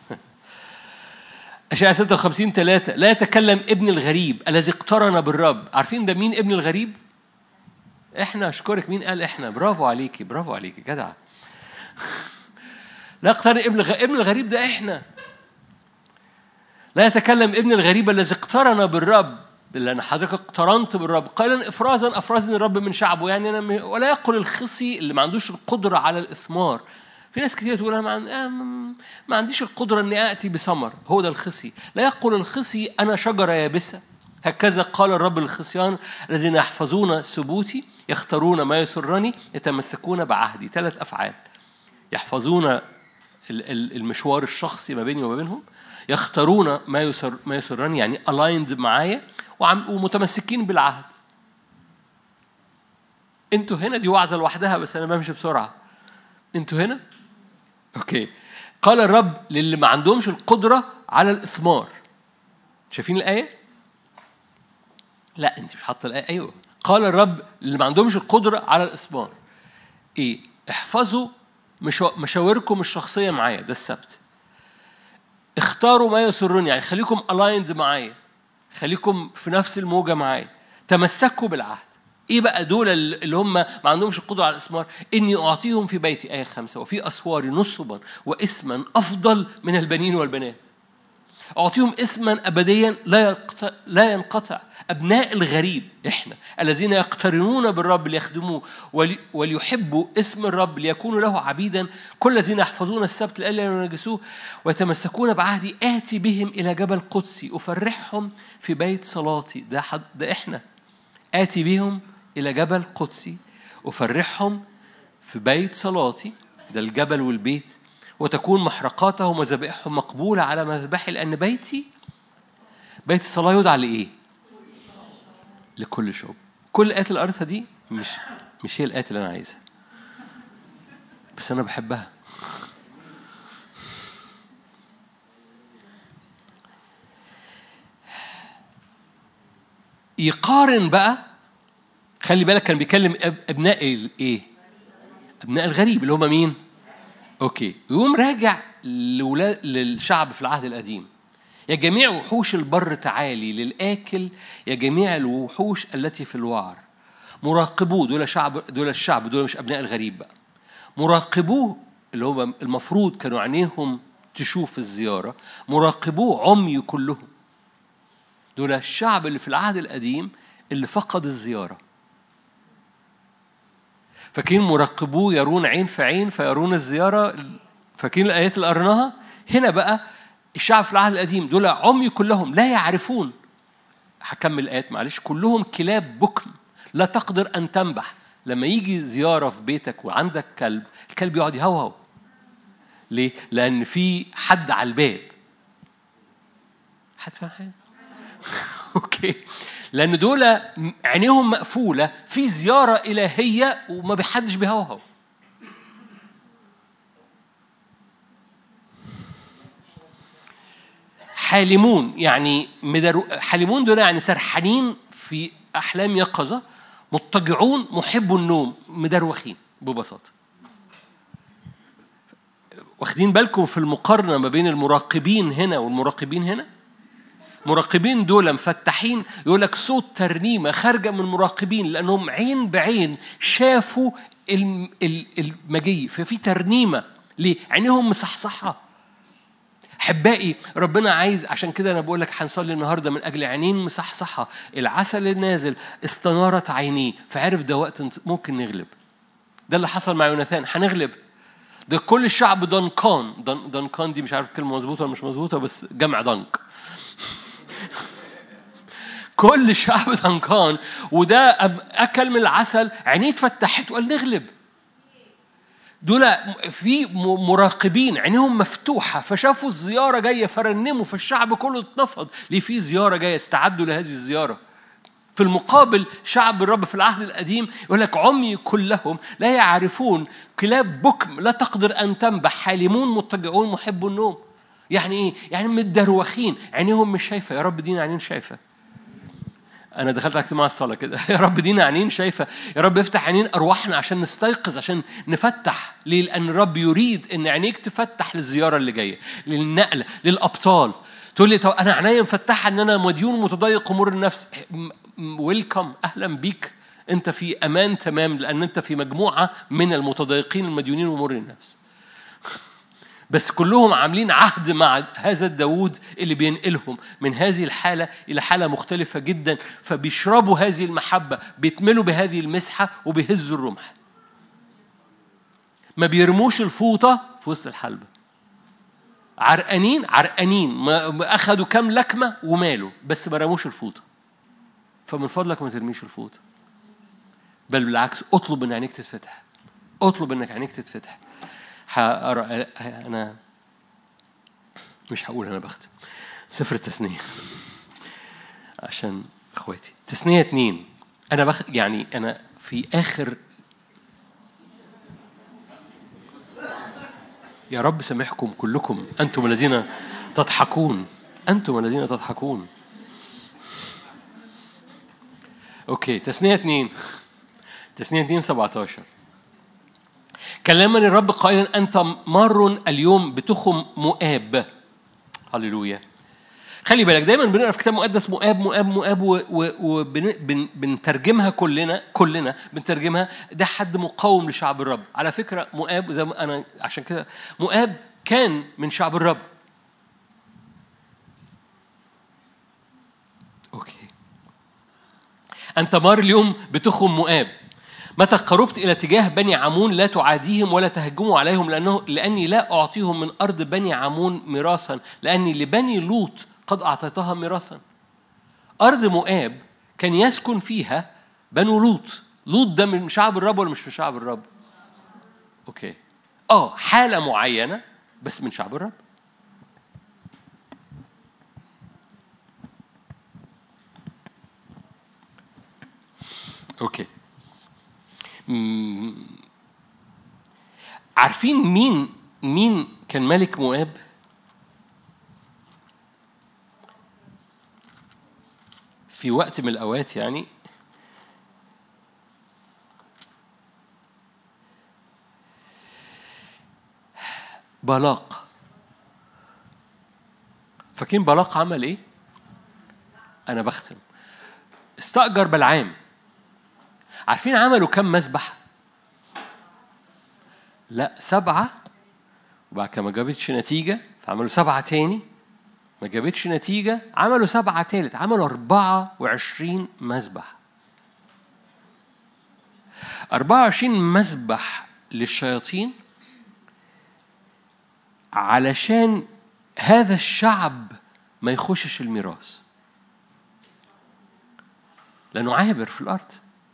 A: أشعيا ستة وخمسين ثلاثة، لا يتكلم ابن الغريب الذي اقترن بالرب. عارفين ده مين ابن الغريب؟ إحنا. أشكرك. مين قال إحنا؟ برافو عليكي، برافو عليكي جدع. لا اقترن ابن الغريب. ابن الغريب ده إحنا. لا يتكلم ابن الغريب الذي اقترن بالرب، لأن حضرتك اقترنت بالرب. قائلا افرازا افرزني الرب من شعبه. يعني أنا، ولا يقول الخصي اللي ما عندوش القدرة على الإثمار. في ناس كتير تقول أنا ما عنديش القدرة أني آتي بثمر. هو ده الخصي. لا يقول الخصي أنا شجرة يابسة. هكذا قال الرب للخصيان الذين يحفظون ثبوتي، يختارون ما يسرني، يتمسكون بعهدي. ثلاث أفعال: يحفظون المشوار الشخصي ما بيني وما بينهم، يختارون ما يسر ما يسرني يعني aligned معايا، ومتمسكين بالعهد. انتوا هنا، دي وعظة لوحدها بس أنا بمشي بسرعة. انتوا هنا؟ اوكي. قال الرب للي ما عندهمش القدرة على الإثمار. شايفين الآية؟ لا انت مش حاطه الآية. ايوه. قال الرب للي ما عندهمش القدرة على الإثمار، ايه؟ احفظوا مشاوركم الشخصية معايا، ده السبت. اختاروا ما يسرني، يعني خليكم aligned معايا، خليكم في نفس الموجة معايا، تمسكوا بالعهد. ايه بقى دول اللي هم ما عندهمش القدرة على الإثمار؟ اني اعطيهم في بيتي، آية خمسة، وفي اسواري نصبا واسما افضل من البنين والبنات. اعطيهم اسما ابديا لا لا ينقطع. ابناء الغريب احنا الذين يقترنون بالرب ليخدموه وليحبوا اسم الرب ليكونوا له عبيدا، كل الذين يحفظون السبت لئلا ينجسوه ويتمسكون بعهدي، آتي بهم الى جبل قدسي افرحهم في بيت صلاتي. ده حد، ده احنا. آتي بهم الى جبل قدسي افرحهم في بيت صلاتي، ده الجبل والبيت، وتكون محرقاتهم وذبائحهم مقبولة على مذبحي، لأن بيتي بيت الصلاة يدعى لإيه؟ لكل شعوب. كل آيات اللي قريتها دي مش مش هي الآيات اللي أنا عايزها، بس أنا بحبها. يقارن بقى. خلي بالك كان بيكلم أبناء إيه؟ أبناء الغريب اللي هم مين؟ أوكي. يقوم راجع للشعب في العهد القديم: يا جميع وحوش البر تعالي للآكل، يا جميع الوحوش التي في الوعر. مراقبوه، دول شعب، دول الشعب، دول مش أبناء الغريب بقى. مراقبوه اللي هو المفروض كانوا عينيهم تشوف الزيارة. مراقبوه عمي كلهم، دول الشعب اللي في العهد القديم اللي فقد الزيارة. فاكرين مراقبوه يرون عين في عين فيرون الزيارة؟ فاكرين الآيات اللي قرناها؟ هنا بقى الشعب في العهد القديم دول عمي كلهم لا يعرفون. هكمل الآيات معلش. كلهم كلاب بكم لا تقدر أن تنبح. لما يجي زيارة في بيتك وعندك كلب، الكلب يقعد يهوهو. ليه؟ لأن في حد على الباب. حد فاهم حاجة؟ أوكي. لأن دول عينيهم مقفولة في زيارة إلهية وما بحدش بيهوهو. حالمون يعني مدرو... حالمون دول يعني سرحانين في أحلام يقظة، مضطجعون محبوا النوم، مدروخين ببساطة. واخدين بالكم في المقارنة ما بين المراقبين هنا والمراقبين هنا؟ مراقبين دول مفتحين، يقول لك صوت ترنيمة خارجة من مراقبين لأنهم عين بعين شافوا المجيء، ففي ترنيمة. ليه؟ عينهم مصحصحة. حبائي ربنا عايز، عشان كده أنا بقول لك هنصلي النهاردة من أجل عينين مصحصحة. العسل النازل استنارت عينيه فعرف ده وقت ممكن نغلب. ده اللي حصل مع يوناثان. هنغلب. ده كل الشعب دنكان. دن دنكان دي مش عارف كلمة مظبوطة ولا مش مظبوطة، بس جمع دنك. كل شعب دنكان، وده أكل من العسل، عينيه اتفتحت وقال نغلب. دول في مراقبين عينيهم مفتوحة فشافوا الزيارة جاية فرنموا، فالشعب كله اتنفض ليه في زيارة جاية، استعدوا لهذه الزيارة. في المقابل شعب الرب في العهد القديم يقول لك عمي كلهم لا يعرفون، كلاب بكم لا تقدر أن تنبح، حالمون مضطجعون محبوا النوم. يعني إيه؟ يعني متدروخين، عينيهم مش شايفة. يا رب دينا عينين شايفة. أنا دخلت اجتماع الصلاة كده يا رب دينا عينين شايفة، يا رب افتح عينين أرواحنا عشان نستيقظ، عشان نفتح. ليه؟ لأن الرب يريد إن عينيك تفتح للزيارة اللي جاية، للنقلة، للأبطال. تقول لي طب أنا عينيا مفتحة إن أنا مديون متضايق أمور النفس. ويلكم، أهلا بيك، أنت في أمان تمام، لأن أنت في مجموعة من المتضايقين المديونين أمور النفس. بس كلهم عاملين عهد مع هذا الداود اللي بينقلهم من هذه الحالة إلى حالة مختلفة جدا، فبيشربوا هذه المحبة، بيتملوا بهذه المسحة وبيهزوا الرمح. ما بيرموش الفوطة في وسط الحلبة. عرقانين عرقانين، ما أخدوا كام لكمة ومالوا، بس ما رموش الفوطة. فمن فضلك ما ترميش الفوطة، بل بالعكس اطلب ان عينيك تتفتح، اطلب انك عينيك تتفتح. هقرا انا مش هقول، انا بختم سفر التثنية عشان اخواتي. تثنية اتنين. انا بخ يعني انا في اخر، يا رب سامحكم كلكم انتم الذين تضحكون، انتم الذين تضحكون. اوكي، تثنية اتنين، تثنية اتنين سبعتاشر. كلمني الرب قائلا أنت مار اليوم بتخم مؤاب. هللويا. خلي بالك دايما بنقرا في كتاب مقدس مؤاب مؤاب مؤاب وبنترجمها كلنا كلنا بنترجمها ده حد مقاوم لشعب الرب. على فكرة مؤاب زي ما أنا عشان كده مؤاب كان من شعب الرب. أوكي. أنت مار اليوم بتخم مؤاب، متى قربت إلى تجاه بني عمون لا تعاديهم ولا تهجموا عليهم، لأنه لأني لا أعطيهم من أرض بني عمون ميراثا، لأني لبني لوط قد أعطيتها ميراثا. أرض مؤاب كان يسكن فيها بنو لوط. لوط ده من شعب الرب ولا مش من شعب الرب؟ أوكي. آه حالة معينة بس من شعب الرب. أوكي. عارفين مين مين كان ملك مؤاب؟ في وقت من الأوقات يعني بلاق. فاكرين بلاق عمل إيه؟ أنا بختم. استأجر بلعام. عارفين عملوا كم مذبح؟ لا سبعة، وبعد كده ما جابتش نتيجة فعملوا سبعة تاني، ما جابتش نتيجة عملوا سبعة تالت، عملوا أربعة وعشرين مذبح. أربعة وعشرين مذبح للشياطين علشان هذا الشعب ما يخشش الميراث، لأنه عابر في الأرض.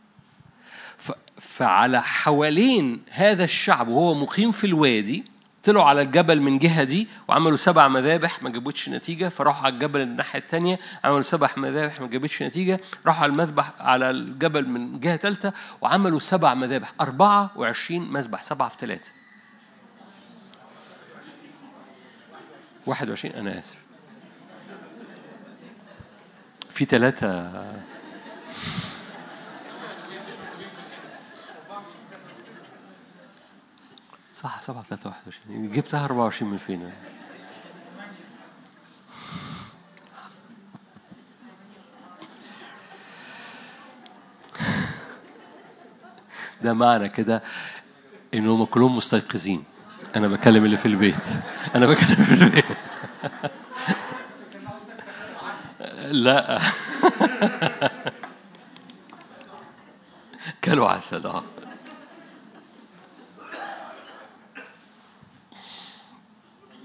A: فعلى حوالين هذا الشعب وهو مقيم في الوادي طلعوا على الجبل من جهة دي وعملوا سبع مذابح ما جابتش نتيجة، فراحوا على الجبل الناحية التانية عملوا سبع مذابح ما جابتش نتيجة، راحوا على المذبح على الجبل من جهة ثالثة وعملوا سبع مذابح. أربعة وعشرين مذبح، سبعة في ثلاثة واحد وعشرين. أنا آسف في ثلاثة. صح سبعة ثلاثة واحد وعشرين. جبتها أربعة وعشرين من فين؟ ده معنى كده إنهم كلهم مستيقظين. أنا بكلم اللي في البيت، أنا بكلم في البيت. لا كلوا عسل. آه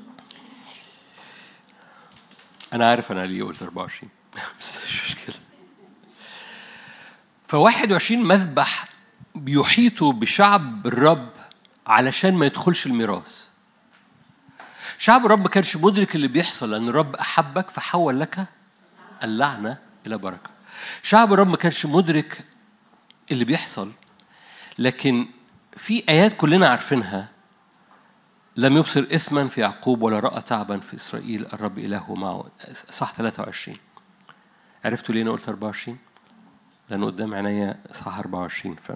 A: أنا عارف أنا ليه قلت أربعة وعشرين بس مش مشكلة. فواحد وعشرين مذبح بيحيطوا بشعب الرب علشان ما يدخلش الميراث. شعب الرب ما كانش مدرك اللي بيحصل، لأن الرب أحبك فحول لك اللعنة إلى بركة. شعب الرب ما كانش مدرك اللي بيحصل، لكن في آيات كلنا عارفينها: لم يبصر إثما في يعقوب ولا رأى تعبا في إسرائيل، الرب إلهه معه. صح ثلاثة وعشرين. عرفتوا ليه أنا قلت أربعة وعشرين؟ لأنه قدام عينيا صح أربعة وعشرين. ف...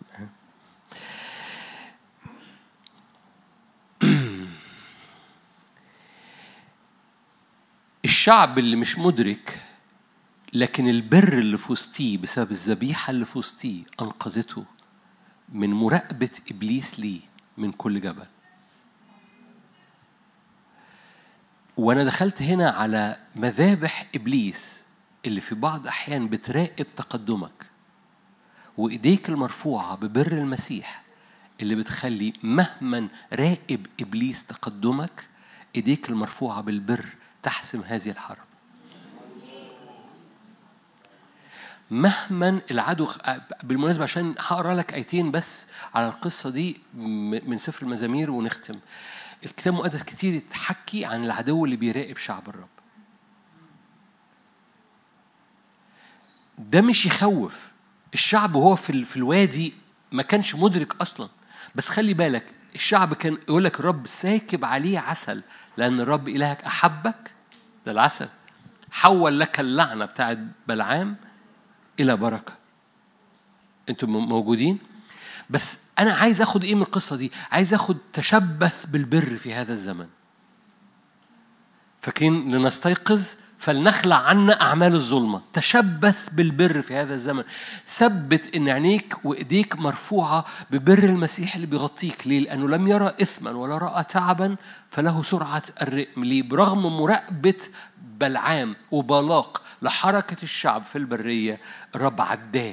A: الشعب اللي مش مدرك، لكن البر اللي في وسطيه بسبب الذبيحة اللي في وسطيه أنقذته من مراقبة إبليس ليه من كل جبل. وأنا دخلت هنا على مذابح إبليس اللي في بعض أحيان بتراقب تقدمك، وإيديك المرفوعة ببر المسيح اللي بتخلي مهما راقب إبليس تقدمك، إيديك المرفوعة بالبر تحسم هذه الحرب. مهما العدو، بالمناسبة عشان هقرأ لك آيتين بس على القصة دي من سفر المزامير ونختم. الكتاب المقدس كتير يتحكي عن العدو اللي بيراقب شعب الرب. ده مش يخوف. الشعب وهو في في الوادي ما كانش مدرك أصلا، بس خلي بالك الشعب كان يقول لك الرب ساكب عليه عسل، لأن الرب إلهك أحبك. ده العسل حول لك اللعنة بتاعت بلعام إلى بركة. أنتم موجودين؟ بس أنا عايز أخد إيه من القصة دي؟ عايز أخد تشبث بالبر في هذا الزمن. فاكرين لنستيقظ فلنخلع عنا أعمال الظلمة. تشبث بالبر في هذا الزمن. ثبت إن عينيك وإيديك مرفوعة ببر المسيح اللي بيغطيك. ليه؟ لأنه لم يرى إثما ولا رأى تعبا فله سرعة الرئم. ليه؟ برغم مراقبة بلعام وبالاق لحركة الشعب في البرية، الرب عداه.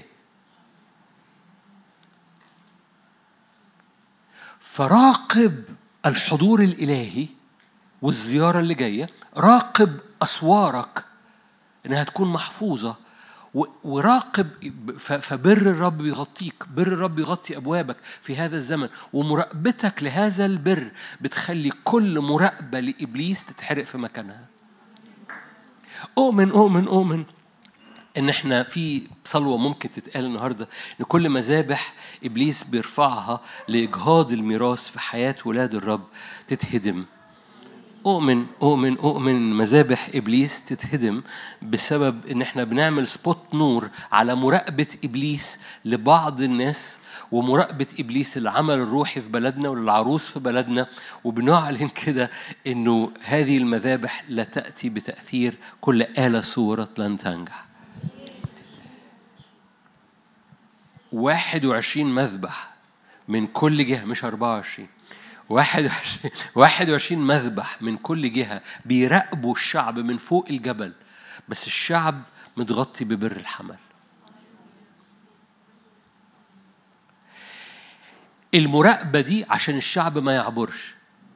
A: فراقب الحضور الإلهي والزيارة اللي جاية. راقب أسوارك إنها تكون محفوظة، وراقب فبر الرب يغطيك. بر الرب يغطي أبوابك في هذا الزمن، ومراقبتك لهذا البر بتخلي كل مراقبة لإبليس تتحرق في مكانها. أؤمن أؤمن أؤمن إن إحنا في صلوة ممكن تتقال النهاردة، إن كل مذابح إبليس بيرفعها لإجهاض الميراث في حياة ولاد الرب تتهدم. أؤمن أؤمن أؤمن مذابح إبليس تتهدم بسبب إن إحنا بنعمل سبوت نور على مراقبة إبليس لبعض الناس، ومراقبة إبليس العمل الروحي في بلدنا وللعروس في بلدنا، وبنعلن كده إنه هذه المذابح لا تأتي بتأثير. كل آلة صورة لن تنجح. واحد وعشرين مذبح من كل جهة، مش أربعة وعشرين. واحد وعشرين واحد وعشرين مذبح من كل جهة بيراقبوا الشعب من فوق الجبل، بس الشعب متغطي ببر الحمل. المراقبة دي عشان الشعب ما يعبرش،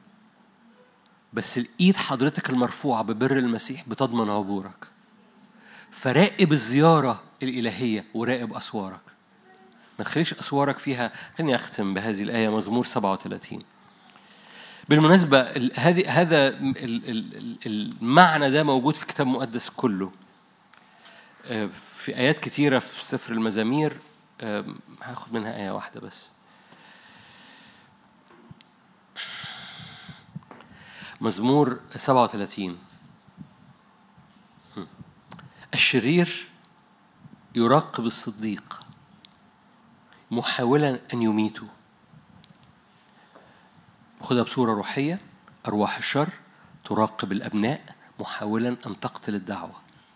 A: بس الإيد حضرتك المرفوعة ببر المسيح بتضمن عبورك. فراقب الزيارة الإلهية وراقب أسوارك. ما تخليش أسوارك فيها. خليني أختم بهذه الآية، مزمور سبعة وثلاثين. بالمناسبة هذه هذا المعنى ده موجود في الكتاب المقدس كله، في آيات كتيرة في سفر المزامير. هاخد منها آية واحدة بس. مزمور سبعة وثلاثين. الشرير يراقب الصديق محاولا أن يميته. خدها بصورة روحية. أرواح الشر تراقب الأبناء محاولا أن تقتل الدعوة.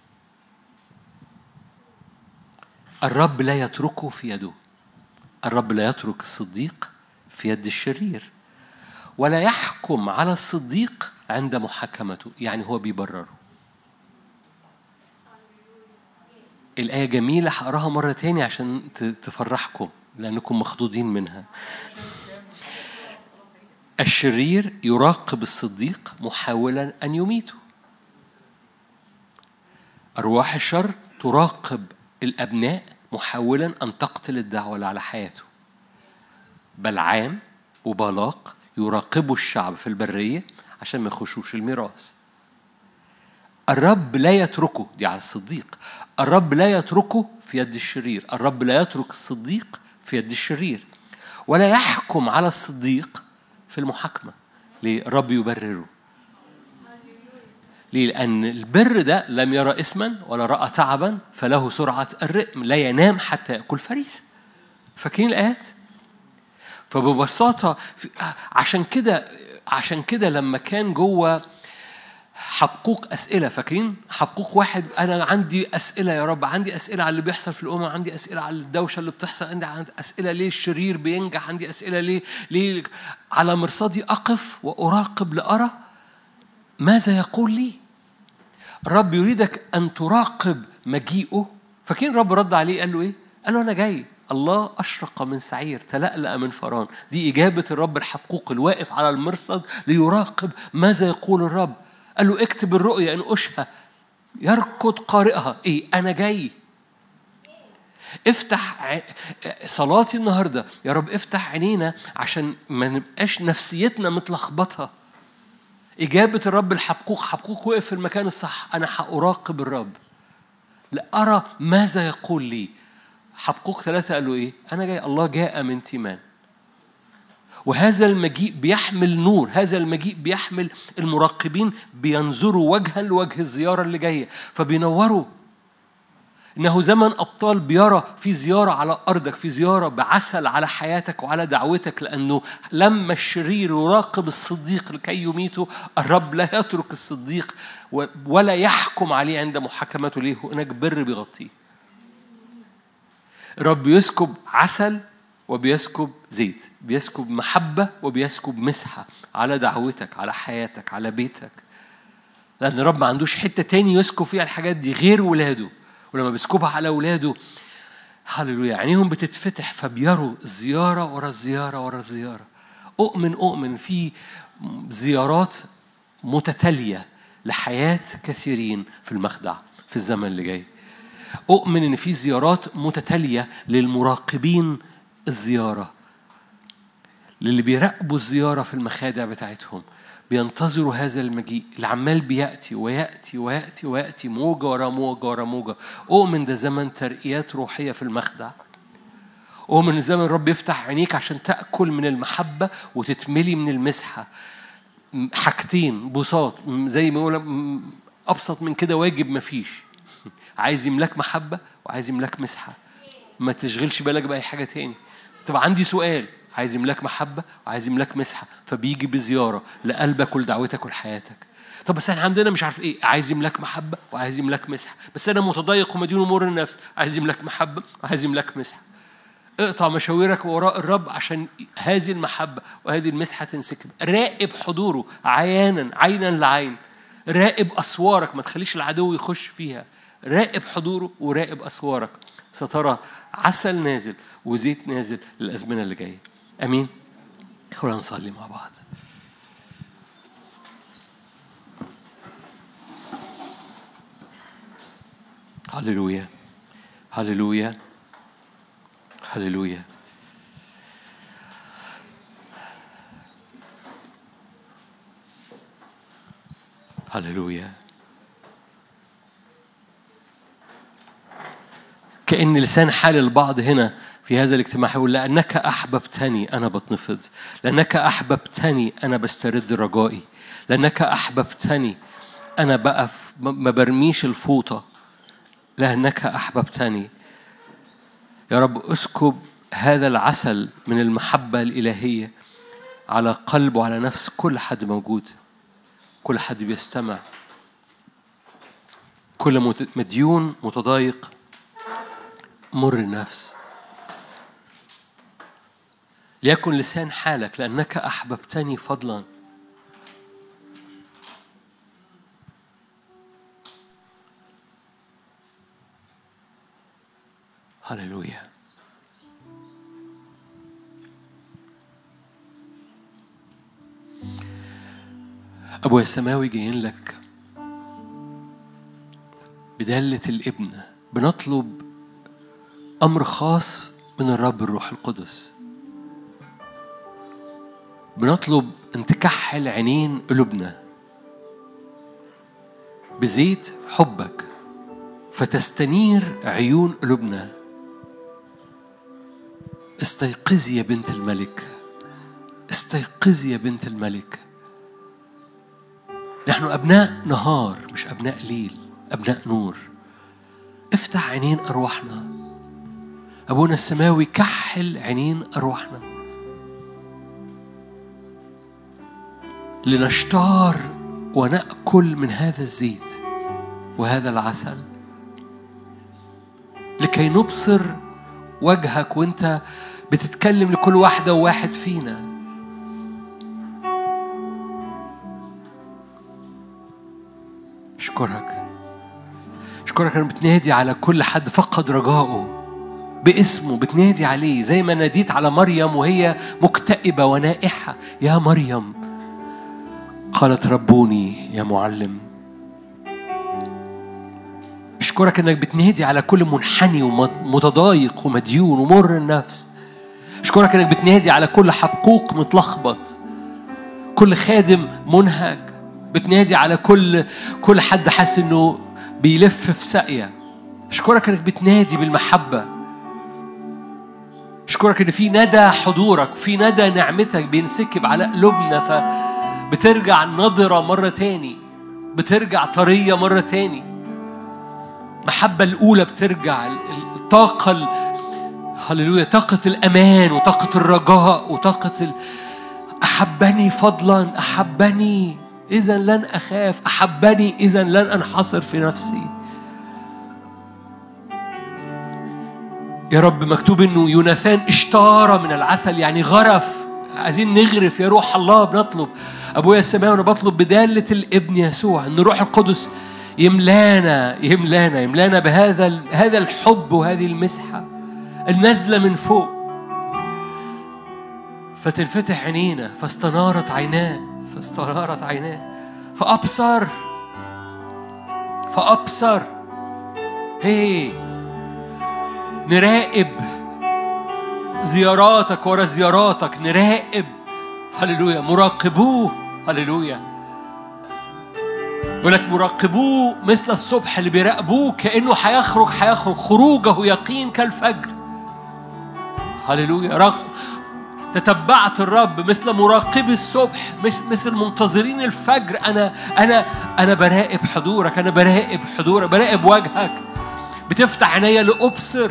A: الرب لا يتركه في يده. الرب لا يترك الصديق في يد الشرير، ولا يحكم على الصديق عند محاكمته. يعني هو بيبرره. الآية جميلة، هقراها مرة تاني عشان تفرحكم لأنكم مخضوضين منها. الشرير يراقب الصديق محاولا أن يميته. أرواح الشر تراقب الأبناء محاولا أن تقتل الدعوة اللي على حياته. بلعام وبالاق يراقبوا الشعب في البرية عشان ما يخشوش الميراث. الرب لا يتركه، دي على الصديق، الرب لا يتركه في يد الشرير. الرب لا يترك الصديق في يد الشرير، ولا يحكم على الصديق في المحاكمة. ليه؟ الرب يبرره. ليه؟ لأن البر ده لم يرى اسما ولا رأى تعبا، فله سرعة الرئم، لا ينام حتى يأكل فريسة. فاكرين الآيات؟ فببساطة عشان كده عشان كده لما كان جوه حبقوق أسئلة، فاكرين حبقوق واحد، أنا عندي أسئلة يا رب، عندي أسئلة على اللي بيحصل في الأمم، عندي أسئلة على الدوشة اللي بتحصل، عندي أسئلة ليه الشرير بينجح، عندي أسئلة ليه ليه على مرصدي أقف وأراقب لأرى ماذا يقول لي. الرب يريدك أن تراقب مجيئه. فاكرين الرب رد عليه قال له إيه؟ قال له أنا جاي. الله أشرق من سعير، تلألأ من فران. دي إجابة الرب الحبقوق الواقف على المرصد ليراقب ماذا يقول الرب. قال له اكتب الرؤيا إن أشهى يركض قارئها. إيه؟ أنا جاي. افتح صلاتي النهاردة يا رب، افتح عينينا عشان ما نبقاش نفسيتنا متلخبطة. إجابة الرب الحبقوق، حبقوق وقف في المكان الصح. أنا هأراقب الرب لأرى ماذا يقول لي. حبقوق ثلاثة قال له إيه؟ أنا جاي. الله جاء من تيمان، وهذا المجيء بيحمل نور. هذا المجيء بيحمل المراقبين بينظروا وجها لوجه الزيارة اللي جاية، فبينوروا. إنه زمن أبطال بيرى في زيارة على أرضك، في زيارة بعسل على حياتك وعلى دعوتك. لأنه لما الشرير يراقب الصديق لكي يميته، الرب لا يترك الصديق ولا يحكم عليه عند محاكمته. ليه؟ هناك بر بيغطيه. الرب يسكب عسل وبيسكب زيت، بيسكب محبة وبيسكب مسحة على دعوتك، على حياتك، على بيتك. لأن الرب ما عندوش حتة تاني يسكب فيها الحاجات دي غير ولاده. ولما بيسكبها على ولاده، هللويا، عينيهم بتتفتح فبيروا الزيارة ورا الزيارة ورا الزيارة. أؤمن أؤمن في زيارات متتالية لحياة كثيرين في المخدع في الزمن اللي جاي. أؤمن إن في زيارات متتالية للمراقبين الزيارة، للي بيراقبوا الزيارة في المخادع بتاعتهم، بينتظروا هذا المجيء اللي عمال بيأتي ويأتي ويأتي ويأتي موجة ورا موجة ورا موجة. أؤمن ده زمن ترقيات روحية في المخدع. أؤمن زمن الرب يفتح عينيك عشان تأكل من المحبة وتتملي من المسحة. حاجتين بساط، زي ما يقول أبسط من كده واجب مفيش. عايز يملك محبة وعايز يملك مسحة. ما تشغلش بالك بأي حاجة تاني. طب عندي سؤال، عايز يملك محبة وعايز يملك مسحة، فبيجي بزيارة لقلبك ولدعوتك ولحياتك. طب بس احنا عندنا مش عارف ايه، عايز يملك محبة وعايز يملك مسحة. بس انا متضايق ومديون امور النفس، عايز يملك محبة وعايز يملك مسحة. اقطع مشاويرك وراء الرب عشان هذه المحبة وهذه المسحة تنسكب. راقب حضوره عيانا، عينا لعين. راقب أسوارك، ما تخليش العدو يخش فيها. راقب حضوره وراقب أسوارك، سترى عسل نازل وزيت نازل للأزمنة اللي جاية. أمين. خلونا نصلي مع بعض. هللويا هللويا هللويا. هللويا. كأن لسان حال البعض هنا في هذا الاجتماع يقول لأنك أحببتني أنا بتنفض، لأنك أحببتني أنا بسترد رجائي، لأنك أحببتني أنا بقف ما برميش الفوطة، لأنك أحببتني. يا رب أسكب هذا العسل من المحبة الإلهية على قلب وعلى نفس كل حد موجود، كل حد بيستمع، كل مديون متضايق مر النفس. ليكن لسان حالك لأنك أحببتني فضلا. هللويا. أبويا السماوي جايين لك بدالة الابن، بنطلب أمر خاص من الرب الروح القدس. بنطلب أن تكحل عينين قلوبنا بزيت حبك فتستنير عيون قلوبنا. استيقظي يا بنت الملك، استيقظي يا بنت الملك. نحن أبناء نهار مش أبناء ليل، أبناء نور. افتح عينين أرواحنا أبونا السماوي، كحل عينين أرواحنا لنشتار ونأكل من هذا الزيت وهذا العسل، لكي نبصر وجهك وانت بتتكلم لكل واحدة وواحد فينا. أشكرك أشكرك أنا بتنادي على كل حد فقد رجائه باسمه، بتنادي عليه زي ما ناديت على مريم وهي مكتئبة ونائحة. يا مريم، قالت ربوني يا معلم. أشكرك أنك بتنادي على كل منحني ومتضايق ومديون ومر النفس. أشكرك أنك بتنادي على كل حبقوق متلخبط، كل خادم منهج. بتنادي على كل كل حد حاسس إنه بيلف في ساقية. أشكرك أنك بتنادي بالمحبة. أشكرك إن في ندى حضورك، في ندى نعمتك بينسكب على قلوبنا، فبترجع نضرة مرة تاني، بترجع طرية مرة تاني. محبة الأولى بترجع، الطاقة، هللويا، طاقة الأمان وطاقة الرجاء وطاقة ال... أحبني فضلا، أحبني إذن لن أخاف، أحبني إذن لن أنحصر في نفسي. يا رب مكتوب إنه يوناثان اشتار من العسل، يعني غرف. عايزين نغرف يا روح الله. بنطلب أبويا السماوي، وأنا بطلب بدالة الابن يسوع إن روح القدس يملانا يملانا يملانا بهذا هذا الحب وهذه المسحة النازلة من فوق، فتنفتح عينينا. فاستنارت عيناه فاستنارت عيناه فأبصر فأبصر هي نراقب زياراتك ورا زياراتك، نراقب. هللويا، مراقبوه. هللويا، ولك مراقبوه مثل الصبح اللي بيراقبوه كأنه هيخرج هيخرج خروجه يقين كالفجر. هللويا، تتبعت الرب مثل مراقبي الصبح، مثل منتظرين الفجر. أنا أنا أنا براقب حضورك، أنا براقب حضورك، براقب وجهك. بتفتح عينيا لأبصر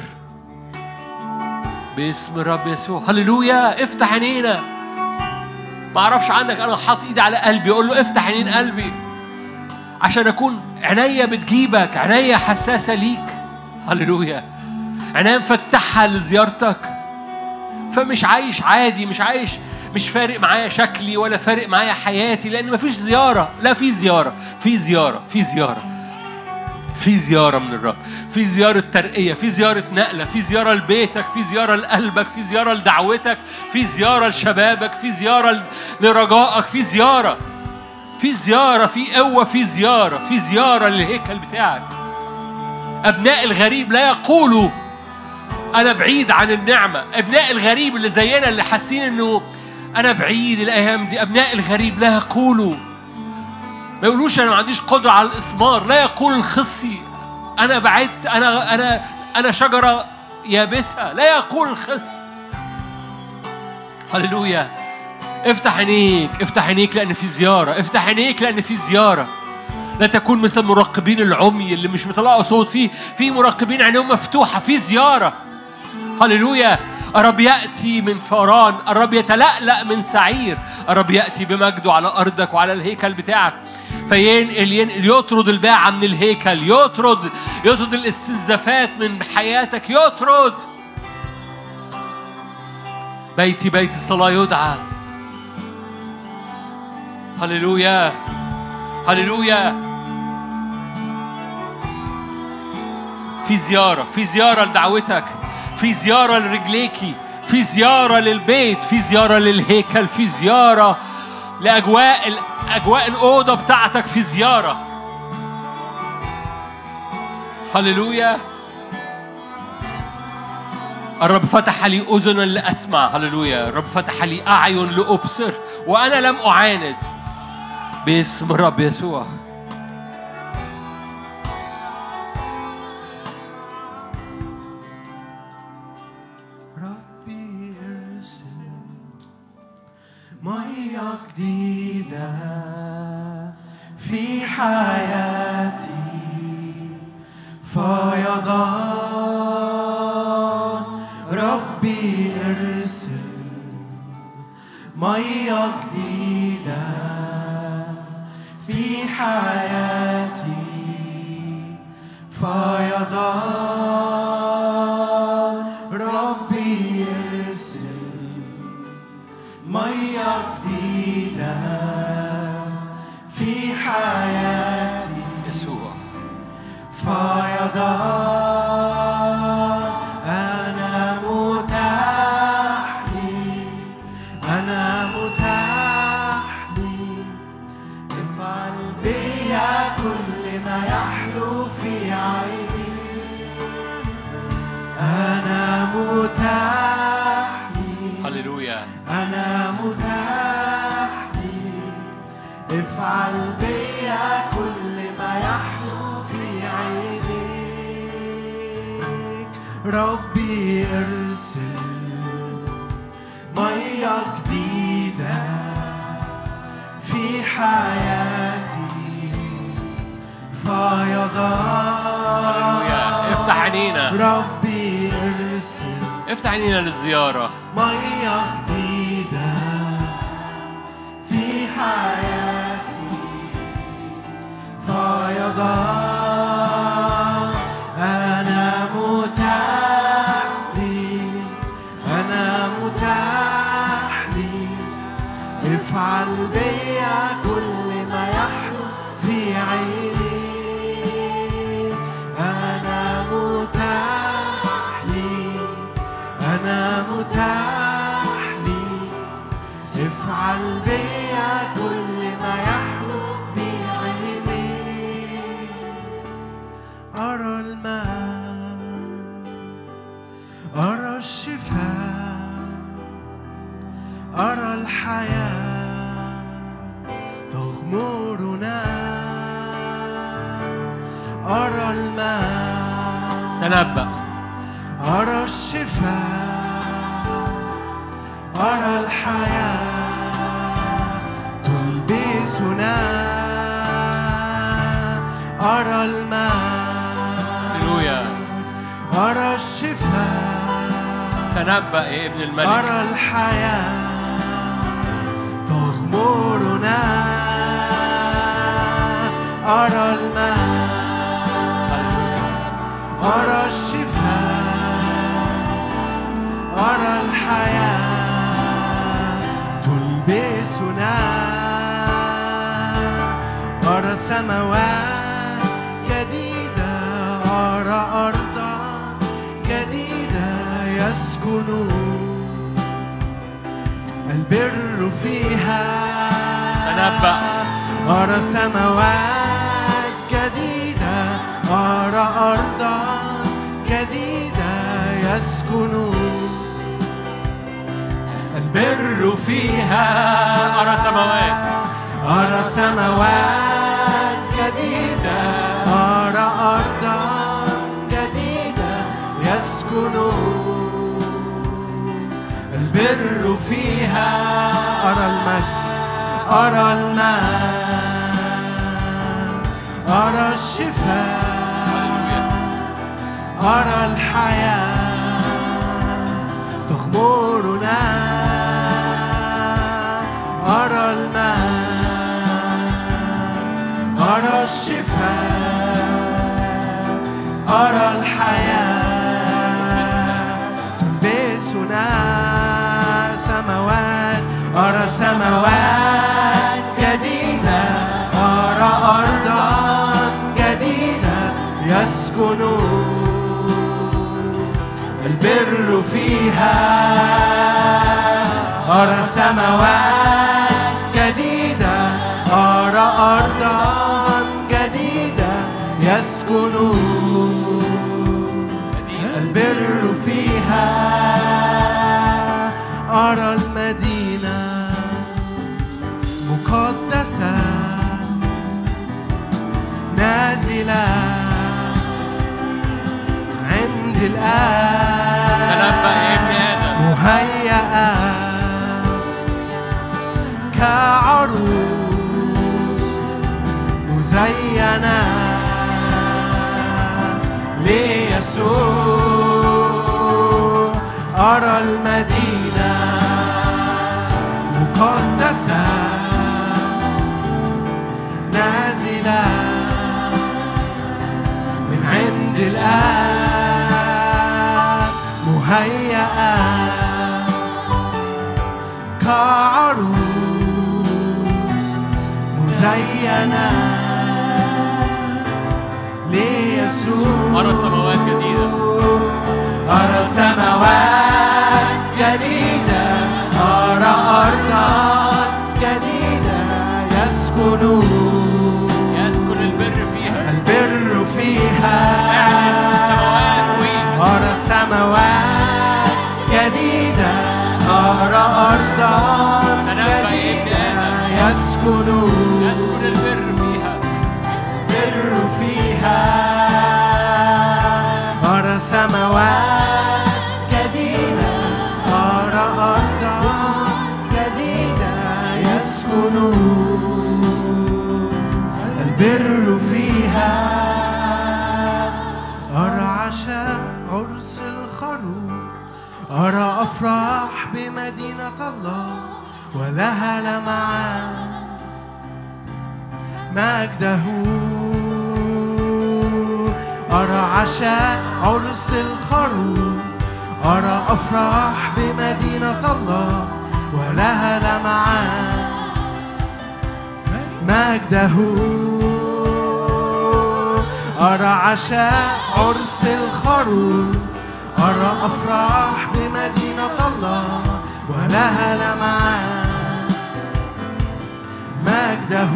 A: باسم الرب يسوع. هللويا، افتح عينينا. ما أعرفش عنك، أنا حاطط إيدي على قلبي أقول له افتح عينين قلبي عشان أكون عينيا بتجيبك، عينيا حساسة ليك. هللويا، عينيا مفتحها لزيارتك. فمش عايش عادي، مش عايش مش فارق معايا شكلي ولا فارق معايا حياتي، لأن مفيش زيارة. لا، في زيارة في زيارة في زيارة في زيارة من الرب، في زيارة ترقية، في زيارة نقلة، في زيارة لبيتك، في زيارة لقلبك، في زيارة لدعوتك، في زيارة لشبابك، في زيارة لرجائك، في زيارة في زيارة في قوة، في زيارة في زيارة للهيكل بتاعك. أبناء الغريب لا يقولوا أنا بعيد عن النعمة. أبناء الغريب اللي زينا اللي حاسين إنه أنا بعيد الأيام دي، أبناء الغريب لا يقولوا، ما يقولوش أنا ما عنديش قدرة على الإثمار. لا يقول الخصي أنا بعدت، أنا أنا أنا شجرة يابسة. لا يقول الخص. هللويا، افتح عينيك، افتح عينيك لأن في زيارة. افتح عينيك لأن في زيارة. لا تكون مثل المراقبين العمي اللي مش بيطلعوا صوت. في في مراقبين عينيهم مفتوحة، في زيارة. هللويا، الرب يأتي من فاران، الرب يتلألأ من سعير، الرب يأتي بمجده على أرضك وعلى الهيكل بتاعك، فينقل ينقل يطرد الباعة من الهيكل، يطرد يطرد الاستنزافات من حياتك، يطرد. بيتي بيت الصلاة يدعى. هللويا هللويا. في زيارة في زيارة لدعوتك، في زيارة لرجليكي، في زيارة للبيت، في زيارة للهيكل، في زيارة لأجواء أجواء الأوضة بتاعتك، في زيارة. هللويا الرب فتح لي أذنا لأسمع. هللويا. الرب فتح لي أعين لأبصر وأنا لم أعاند باسم الرب يسوع.
B: ربي ارسل مية جديدة في حياتي، فيضان. ربي ارسل مية جديدة في حياتي، فيضان. ربي ارسل مية جديدة في حياتي،
A: يسوع.
B: فيضان. أنا متاح لي، أنا متاح لي، افعل بيا كل ما يحلو في عيني. أنا متاح لي،
A: هللويا.
B: أنا متاح لي، افعل بيا كل ما يحلو في عينيك. ربي ارسل مية جديدة في حياتي، فيضان.
A: هللويا. افتح عينينا.
B: ربي ارسل
A: افتح عينينا للزيارة.
B: مية جديدة في حياتي، فيضان. أنا متاح لي، أنا متاح لي، افعل بيا كل ما يحلو في عينيك. أنا متاح لي، أنا متاح لي، افعل بيا كل ما يحلو في عينيك. أرى الماء، أرى الشفاء، أرى الحياة تغمرنا. أرى الماء،
A: تنبأ.
B: أرى الشفاء، أرى الحياة تلبسنا. أرى الماء،
A: هللويا.
B: أرى الشفاء،
A: تنبأ يا ابن الملك.
B: أرى الحياة تغمرنا. أرى الماء، أرى الشفاء، أرى الحياة تلبسنا. أرى سماوات جديدة، أرى أرضا جديدة يسكن البر فيها.
A: تنبأ.
B: أرى سماوات جديدة، أرى أرضا جديدة يسكن البر فيها.
A: أرى سماوات،
B: أرى سماوات جديدة، أرى أرضا جديدة يسكن البر فيها. أرى المجد، أرى الماء، أرى الشفاء، أرى الحياة تغمرنا. أرى الماء، أرى الشفاء، أرى الحياة تلبسنا. سماوات، أرى سماوات جديدة، أرى أرضا جديدة يسكن البر فيها. أرى سماوات جديدة، أرى أرضا جديدة يسكن البر فيها. نازلة عند الآب
A: تنبأ يا ابن آدم
B: مهيئة كعروس مزينة ليسوع. أرى المدينة مقدسة نازلة من عند الآب مهيئة كعروس مزينة ليسوع.
A: أرى سماوات جديدة
B: أرى سماوات جديدة أرى أرضا جديدة يسكن
A: يسكن البر فيها
B: البر فيها. أرى سماوات جديدة أرى أرضا جديدة يسكن
A: يسكن البر فيها
B: البر فيها. أرى سماوات جديدة أرى أرضا جديدة يسكن البر فيها. أرى عشاء عرس الخروف أرى أفراح بمدينة الله ولها لمعان مجده. أرى عشاء عرس الخروف أرى أفراح بمدينة الله ولها لمعان مجده. أرى عشاء عرس الخروف أرى أفراح بمدينة الله ولها لمعان مجده.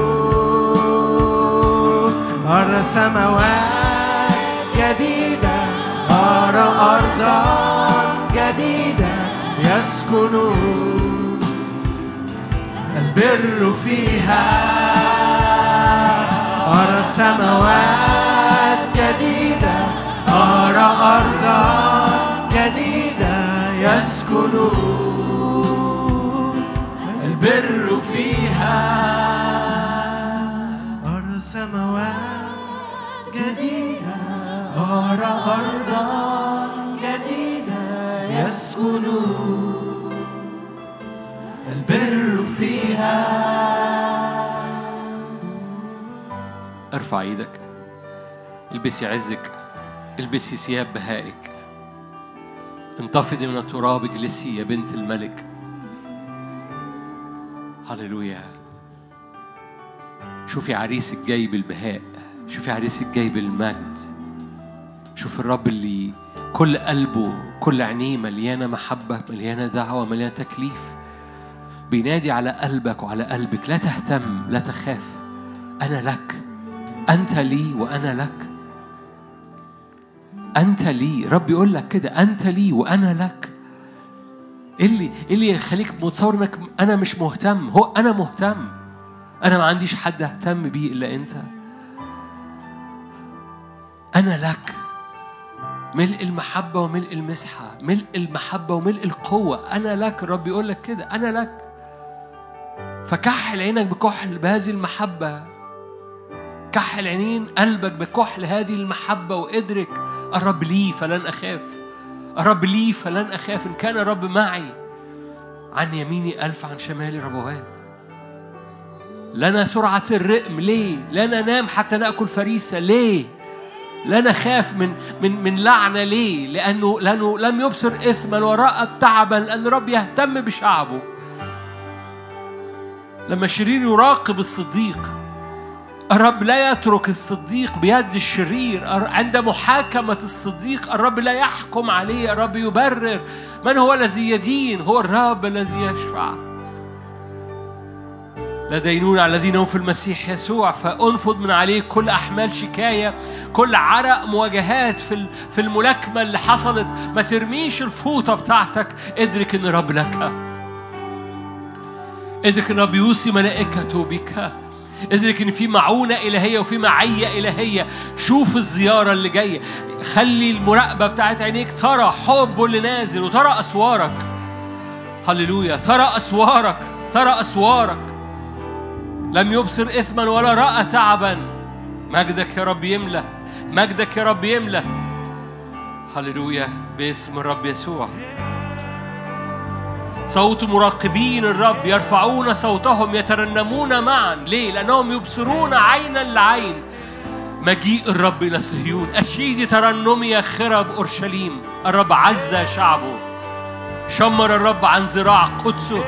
B: أرى سماوات جديدة أرى أرضا جديدة يسكن البر فيها. أرى سماوات جديدة أرى أرضا جديدة يسكن البر فيها. أرى سماوات جديدة أرى أرضا جديدة يسكن البر فيها.
A: ارفع ايدك، البسي عزك، البسي ثياب بهائك، انتفضي من التراب، اجلسي يا بنت الملك. هللويا. شوفي عريسك جاي بالبهاء، شوفي عريسك جاي بالمجد. شوف الرب اللي كل قلبه كل عينيه مليانة محبة، مليانة دعوة، مليانة تكليف، بينادي على قلبك وعلى قلبك. لا تهتم، لا تخاف، أنا لك، أنت لي وأنا لك. أنت لي، رب يقول لك كده، أنت لي وأنا لك. إيه اللي إيه اللي يخليك متصور إنك أنا مش مهتم؟ هو أنا مهتم. أنا ما عنديش حد أهتم بيه إلا أنت. أنا لك، ملء المحبة وملء المسحة، ملء المحبة وملء القوة. أنا لك، رب يقول لك كده، أنا لك. فكحل عينك بكحل بهذه المحبة، كحل عينين قلبك بكحل هذه المحبة، وادرك الرب لي فلن أخاف، الرب لي فلن أخاف. إن كان الرب معي عن يميني ألف عن شمالي ربوات. لنا سرعة الرقم ليه؟ لا ننام حتى نأكل فريسة ليه؟ لا نخاف من من من لعنة ليه؟ لأنه لأنه لم يبصر إثما ورأى تعبا، لأن الرب يهتم بشعبه. لما الشرير يراقب الصديق، الرب لا يترك الصديق بيد الشرير. عند محاكمة الصديق الرب لا يحكم عليه، الرب يبرر. من هو الذي يدين؟ هو الرب الذي يشفع. لا دينون على الذين هم في المسيح يسوع. فأنفض من عليك كل أحمال شكاية، كل عرق مواجهات في في الملاكمة اللي حصلت. ما ترميش الفوطة بتاعتك، ادرك إن الرب لك، ادرك إن الرب يوصي ملائكته بك، ادرك ان في معونة إلهية وفي معية إلهية. شوف الزيارة اللي جاية. خلي المراقبة بتاعت عينيك ترى حبه اللي نازل وترى أسوارك. هللويا. ترى أسوارك، ترى أسوارك. لم يبصر إثما ولا رأى تعبا. مجدك يا رب يملى، مجدك يا رب يملى. هللويا باسم الرب يسوع. صوت مراقبين الرب يرفعون صوتهم يترنمون معا. ليه؟ لأنهم يبصرون عينا لعين مجيء الرب إلى صهيون. أشيد ترنمي يا خرب أورشليم. الرب عز شعبه، شمر الرب عن ذراع قدسه.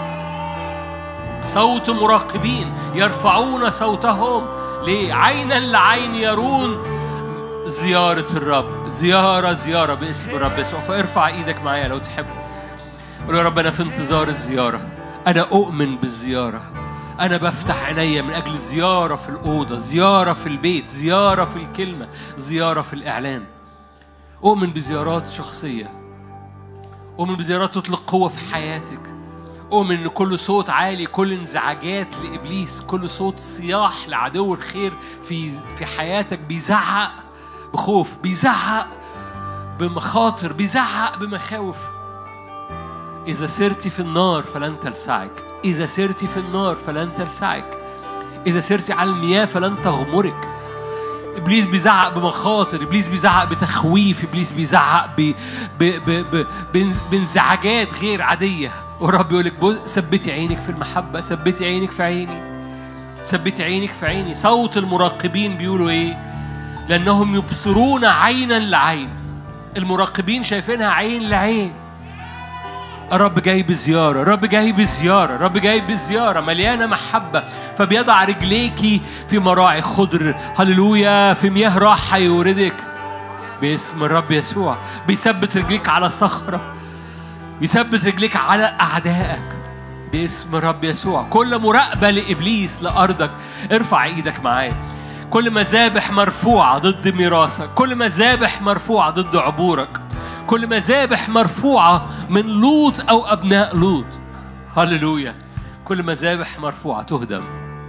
A: صوت مراقبين يرفعون صوتهم. ليه؟ عينا لعين يرون زيارة الرب. زيارة زيارة باسم الرب يسوع. فارفع ايدك معايا لو تحب. قول يا رب أنا في انتظار الزيارة. أنا أؤمن بالزيارة. أنا بفتح عيني من أجل زيارة في الأوضة، زيارة في البيت، زيارة في الكلمة، زيارة في الإعلان. أؤمن بزيارات شخصية. أؤمن بزيارات تطلق قوة في حياتك. أؤمن إن كل صوت عالي، كل انزعاجات لإبليس، كل صوت صياح لعدو الخير في في حياتك بيزعق بخوف، بيزعق بمخاطر، بيزعق بمخاوف. إذا سرتي في النار فلن تلسعك. إذا سرتي في النار فلن تلسعك. إذا سرتي على المياه فلن تغمرك. إبليس بيزعق بمخاطر، إبليس بيزعق بتخويف، إبليس بيزعق ب... ب... ب... ب... بانزعاجات غير عادية. والرب يقول لك ثبتي عينك في المحبة، ثبتي عينك في عيني، ثبتي عينك في عيني. صوت المراقبين بيقولوا إيه؟ لأنهم يبصرون عينا لعين. المراقبين شايفينها عين لعين. الرب جاي بزيارة، الرب جاي بزيارة، الرب جاي بزيارة مليانة محبة. فبيضع رجليكي في مراعي خضر. هللويا. في مياه راحة يوردك باسم الرب يسوع. بيثبت رجليك على صخرة، بيثبت رجليك على أعدائك باسم الرب يسوع. كل مراقبة لإبليس لأرضك ارفع ايدك معايا. كل مذابح مرفوعة ضد ميراثك، كل مذابح مرفوعة ضد عبورك، كل مذابح مرفوعة من لوط أو أبناء لوط. هللويا. كل مذابح مرفوعة تهدم.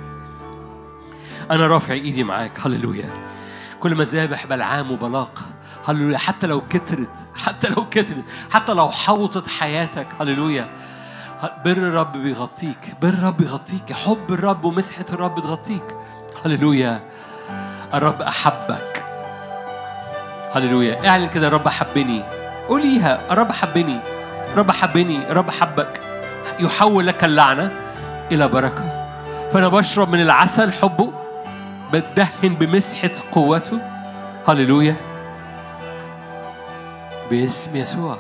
A: أنا رافع إيدي معاك. هللويا. كل مذابح بلعام وبلاق. هللويا. حتى لو كترت، حتى لو كترت، حتى لو حوطت حياتك. هللويا. بر الرب بيغطيك، بر الرب بيغطيك. حب الرب ومسحة الرب تغطيك. هللويا. الرب أحبك. هللويا. اعلن كده الرب حبني. قوليها الرب حبني، الرب حبني، الرب حبك. يحول لك اللعنة إلى بركة. فأنا بشرب من العسل حبه، بتدهن بمسحة قوته. هللويا باسم يسوع.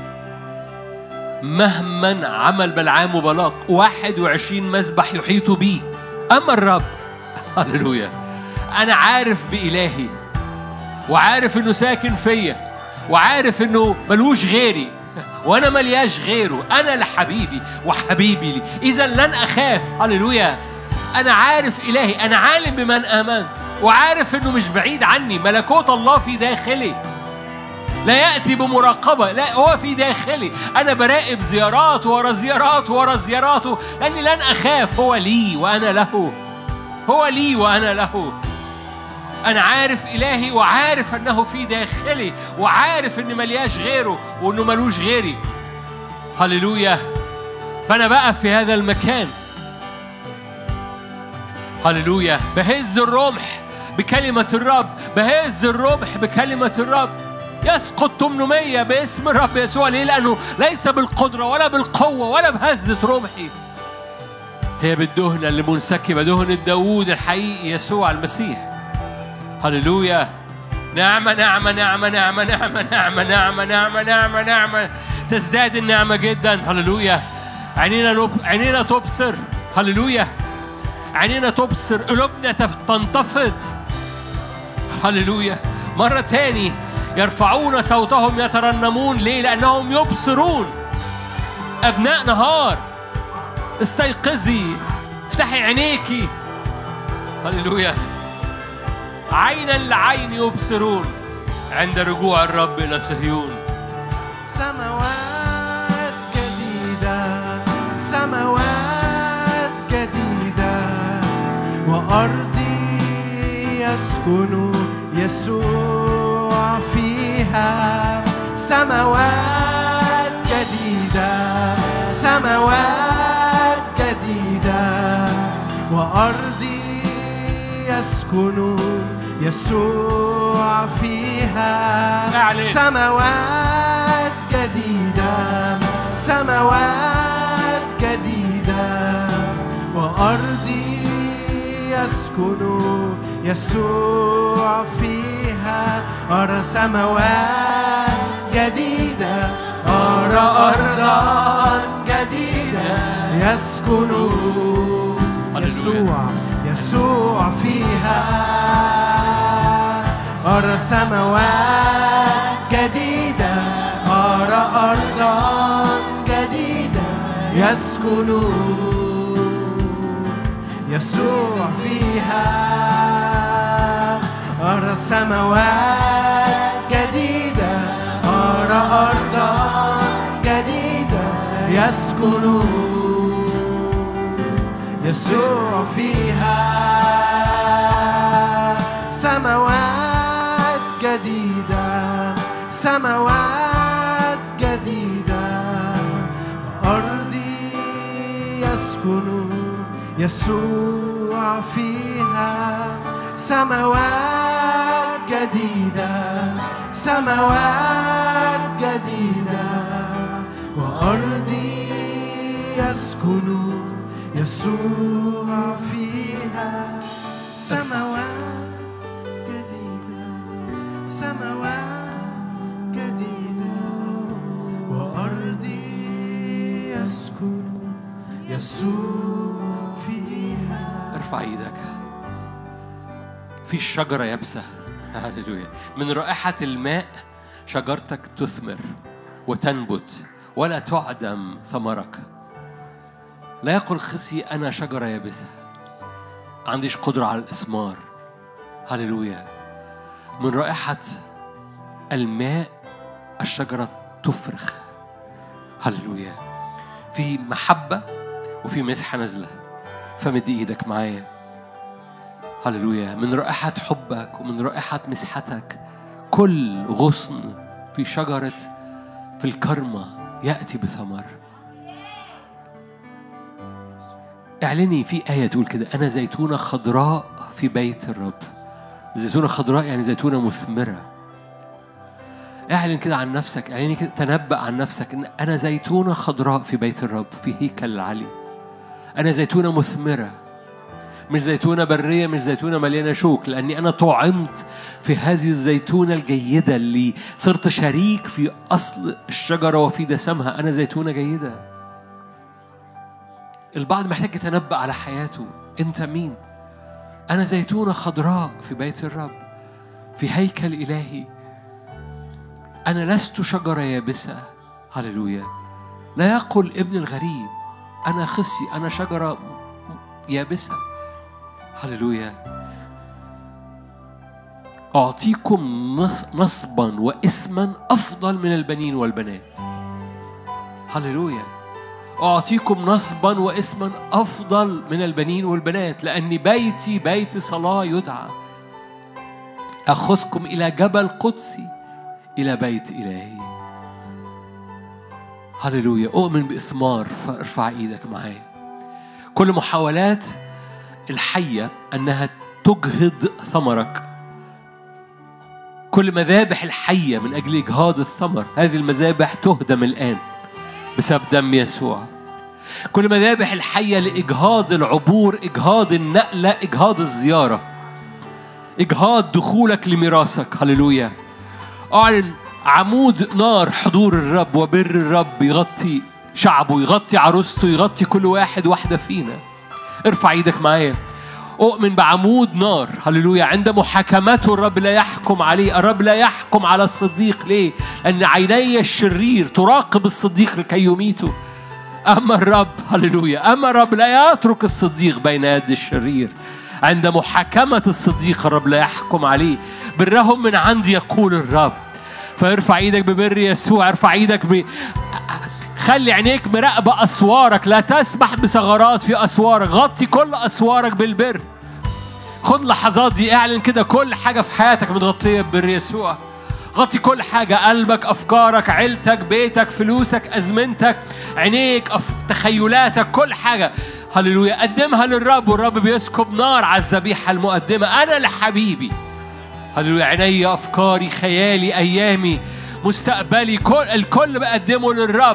A: مهما عمل بلعام وبلاق واحد وعشرين مذبح يحيط بيه، أما الرب هللويا أنا عارف بإلهي، وعارف إنه ساكن فيا، وعارف إنه ملوش غيري وأنا ملياش غيره. أنا لحبيبي وحبيبي لي، إذا لن أخاف. هللويا. أنا عارف إلهي، أنا عالم بمن آمنت، وعارف إنه مش بعيد عني. ملكوت الله في داخلي، لا يأتي بمراقبة، لا هو في داخلي. أنا براقب زيارات ورا زيارات ورا زياراته، لأني لن أخاف. هو لي وأنا له، هو لي وأنا له. أنا عارف إلهي، وعارف أنه في داخلي، وعارف أني ملياش غيره وأنه ملوش غيري. هللويا. فأنا بقى في هذا المكان. هللويا. بهز الرمح بكلمة الرب، بهز الرمح بكلمة الرب. يسقط ثمانمية باسم الرب يسوع. ليه؟ لأنه ليس بالقدرة ولا بالقوة ولا بهزة رمحي، هي بالدهنة اللي منسكبة، دهنة داوود الحقيقي يسوع المسيح. هللويا. نعمة نعمة نعمة نعمة نعمة نعمة نعمة نعمة نعمة نعمة تزداد النعمة جدا. هللويا. عينينا نب... عينينا تبصر. هللويا. عينينا تبصر، قلوبنا تنتفض. هللويا. مرة تاني يرفعون صوتهم يترنمون. ليه؟ لأنهم يبصرون. أبناء نهار استيقظي، افتحي عينيكي. هللويا. عينا لعين يبصرون عند رجوع الرب إلى صهيون.
B: سماوات جديدة، سماوات جديدة، وأرضي يسكن يسوع فيها. سماوات جديدة سماوات جديدة وأرضي يسكن يسوع فيها. سماوات جديدة سماوات جديدة وأرضي يسكن يسوع فيها. أرى سماوات جديدة أرى أرضا جديدة يسكن يسوع يسوع فيها. أرى سماوات جديدة أرى أرضا جديدة يسكن يسوع فيها. أرى سماوات جديدة أرى أرضا جديدة يسكن يسوع فيها. سماوات جديدة سماوات جديدة أرضي يسكن يسوع فيها. سماوات جديدة سماوات جديدة وأرضي يسكن يسوع فيها. سماوات جديدة سماوات جديدة وأرضي يسكن يسوع فيها.
A: ارفع ايدك. في الشجرة يابسة، هاليلويا، من رائحة الماء شجرتك تثمر وتنبت ولا تعدم ثمرك. لا يقل خصي أنا شجرة يابسة عنديش قدرة على الإثمار. هاليلويا. من رائحة الماء الشجرة تفرخ. هاليلويا. في محبة وفي مسحة نزلة. فمد ايدك معايا. هاليلويا. من رائحة حبك ومن رائحة مسحتك كل غصن في شجرة في الكرمة يأتي بثمر. اعلني في آية تقول كده: أنا زيتونة خضراء في بيت الرب. زيتونة خضراء يعني زيتونة مثمرة. اعلن كده عن نفسك، اعلني كده، تنبأ عن نفسك إن أنا زيتونة خضراء في بيت الرب في هيكل العلي. أنا زيتونة مثمرة، مش زيتونة برية، مش زيتونة مليانة شوك، لأني أنا طعمت في هذه الزيتونة الجيدة اللي صرت شريك في أصل الشجرة وفي دسمها. أنا زيتونة جيدة. البعض محتاج يتنبأ على حياته. أنت مين؟ أنا زيتونة خضراء في بيت الرب في هيكل إلهي. أنا لست شجرة يابسة. هللويا. لا يقل ابن الغريب أنا خصي أنا شجرة يابسة. هللويا. أعطيكم نصبا واسما أفضل من البنين والبنات. هللويا. أعطيكم نصبا واسما أفضل من البنين والبنات، لأن بيتي بيت صلاة يدعى. أخذكم إلى جبل قدسي، إلى بيت إلهي. هللويا. أؤمن بإثمار. فارفع إيدك معايا. كل محاولات الحية أنها تجهض ثمرك، كل مذابح الحية من أجل إجهاض الثمر، هذه المذابح تهدم الآن بسبب دم يسوع. كل مذابح الحية لإجهاض العبور، إجهاض النقلة، إجهاض الزيارة، إجهاض دخولك لميراثك. هللويا. أعلن عمود نار حضور الرب وبر الرب يغطي شعبه، يغطي عروسته، يغطي كل واحد واحدة فينا. ارفع ايدك معايا. أؤمن بعمود نار. هللويا. عند محاكمته الرب لا يحكم عليه. الرب لا يحكم على الصديق. ليه؟ أن عيني الشرير تراقب الصديق لكي يميته. أما الرب هللويا أما الرب لا يترك الصديق بين يد الشرير. عند محاكمة الصديق الرب لا يحكم عليه. برهم من عندي يقول الرب. فارفع ايدك ببر يسوع. ارفع ايدك ب... خلي عينيك مراقبة أسوارك. لا تسمح بثغرات في أسوارك. غطي كل أسوارك بالبر. خد لحظات دي، اعلن كده كل حاجة في حياتك متغطية ببر يسوع. غطي كل حاجة، قلبك، أفكارك، عيلتك، بيتك، فلوسك، أزمنتك، عينيك، أف... تخيلاتك، كل حاجة. هللويا. قدمها للرب، والرب بيسكب نار على الذبيحة المقدمة. أنا لحبيبي. هللويا. عيني، أفكاري، خيالي، أيامي، مستقبلي، كل الكل بقدمه للرب،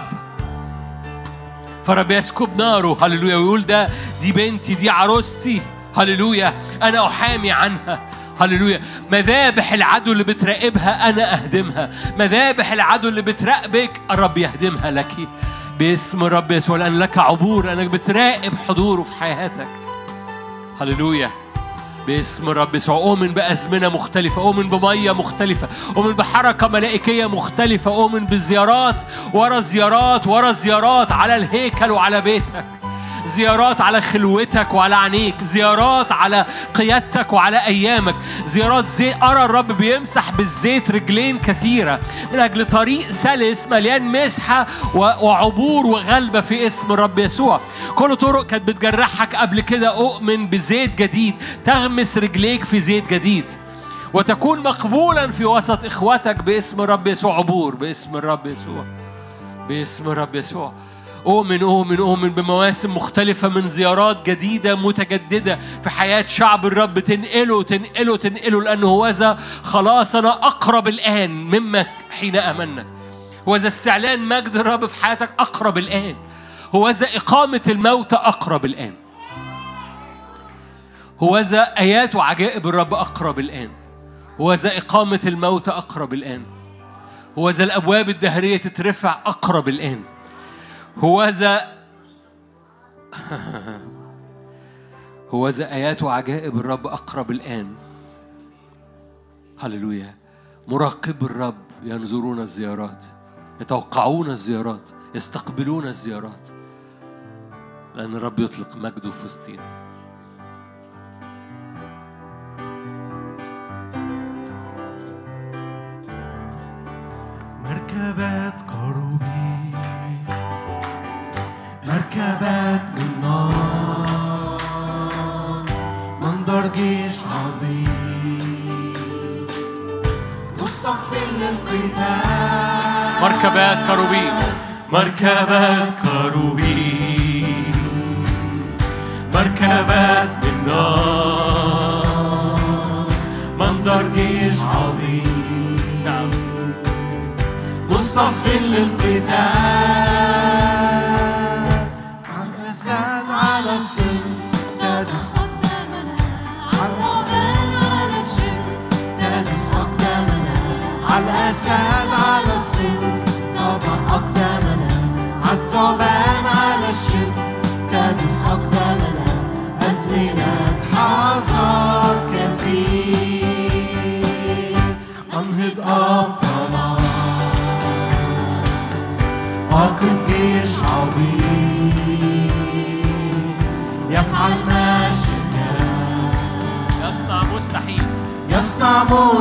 A: فرب يسكب ناره. هللويا. ويقول ده دي بنتي، دي عروستي. هللويا. أنا أحامي عنها. هللويا. مذابح العدو اللي بتراقبها أنا أهدمها. مذابح العدو اللي بتراقبك الرب يهدمها لك باسم الرب يسوع، لأن لك عبور، أنك بتراقب حضوره في حياتك. هللويا. باسم الرب يسوع. أؤمن بأزمنة مختلفة، أؤمن بمية مختلفة، أؤمن بحركة ملائكية مختلفة، أؤمن بزيارات ورا زيارات ورا زيارات على الهيكل وعلى بيتك، زيارات على خلوتك وعلى عينيك، زيارات على قيادتك وعلى أيامك، زيارات زي أرى الرب بيمسح بالزيت رجلين كثيرة من أجل طريق سلس مليان مسحة وعبور وغلبة في اسم الرب يسوع. كل طرق كانت بتجرحك قبل كده أؤمن بزيت جديد تغمس رجليك في زيت جديد وتكون مقبولا في وسط إخوتك باسم الرب يسوع. عبور باسم الرب يسوع، باسم الرب يسوع. أؤمن أؤمن أؤمن بمواسم مختلفة من زيارات جديدة متجددة في حياة شعب الرب. تنقله تنقله تنقله لأنه هوذا خلاصنا أقرب الآن مما حين آمنا. هوذا استعلان مجد الرب في حياتك أقرب الآن. هوذا إقامة الموت أقرب الآن. هوذا آيات وعجائب الرب أقرب الآن. هوذا إقامة الموت أقرب الآن. هوذا الأبواب الدهرية تترفع أقرب الآن. هوذا هوذا آيات وعجائب الرب أقرب الآن. هللويا. مراقب الرب ينظرون الزيارات، يتوقعون الزيارات، يستقبلون الزيارات، لأن الرب يطلق مجده في وسطنا.
B: مركبات كروبي، مركبات من نار، منظر جيش عظيم مصطفى للقتال.
A: مركبات كروبيم،
B: مركبات كروبيم، مركبات من نار، منظر جيش عظيم.
A: نعم.
B: مصطفى للقتال. على السن تدوس أقدامنا، على الثعبان على الشر تدوس أقدامنا، على الأسد على السن تضع أقدامنا، على الثعبان على الشر تدوس أقدامنا. أزمنة حصاد كثير أنهض أبطالنا، أقم جيش عظيم يفعل ما شاء،
A: يصنع مستحيل،
B: يصنع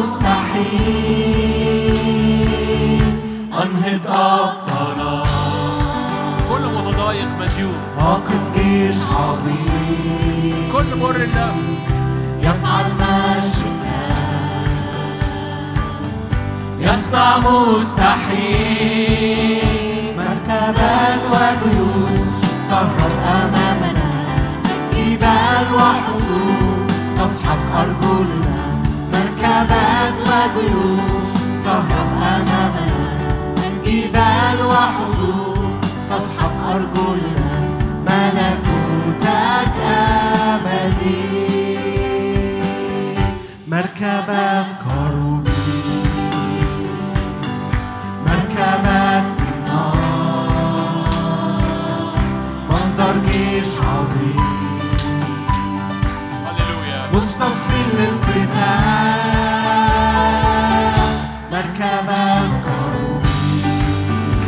B: مستحيل. أنهض أبطالنا،
A: كل متضايق مديون،
B: أقم جيش عظيم،
A: كل مر النفس
B: يفعل ما شاء، يصنع مستحيل. مركبات وجيوش تهرب أمامنا، جبال وحصون تصحب أرجلنا. مركبات وجيوش تهرب أمامنا، جبال وحصون تصحب أرجلنا. ملكوتك أبدي. مركبات كروبيم، مركبات منظر جيش عظيم مصطفى للقتال. مركبات كروبيم،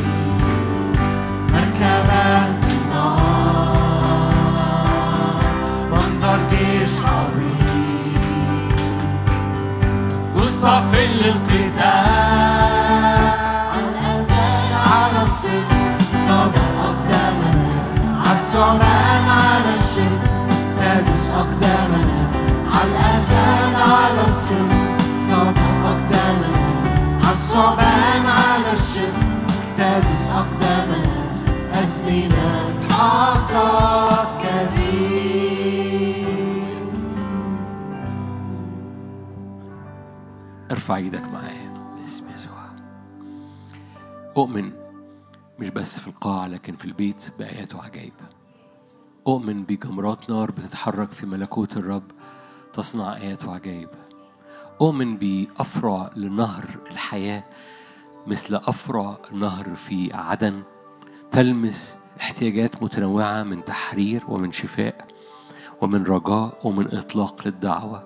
B: مركبات نار، منظر جيش عظيم مصطفى للقتال. على الأنسان على الصدق تضع أقدامنا، على الثعبان على الشرك تدوس أقدامنا، على
A: ارفع ايدك معايا باسم يسوع. أؤمن مش بس في القاعة لكن في البيت بآيات وعجائب. أؤمن بجمرات نار بتتحرك في ملكوت الرب تصنع آيات وعجائب. أؤمن بأفرع لنهر الحياة مثل أفرع نهر في عدن تلمس احتياجات متنوعة من تحرير ومن شفاء ومن رجاء ومن إطلاق للدعوة.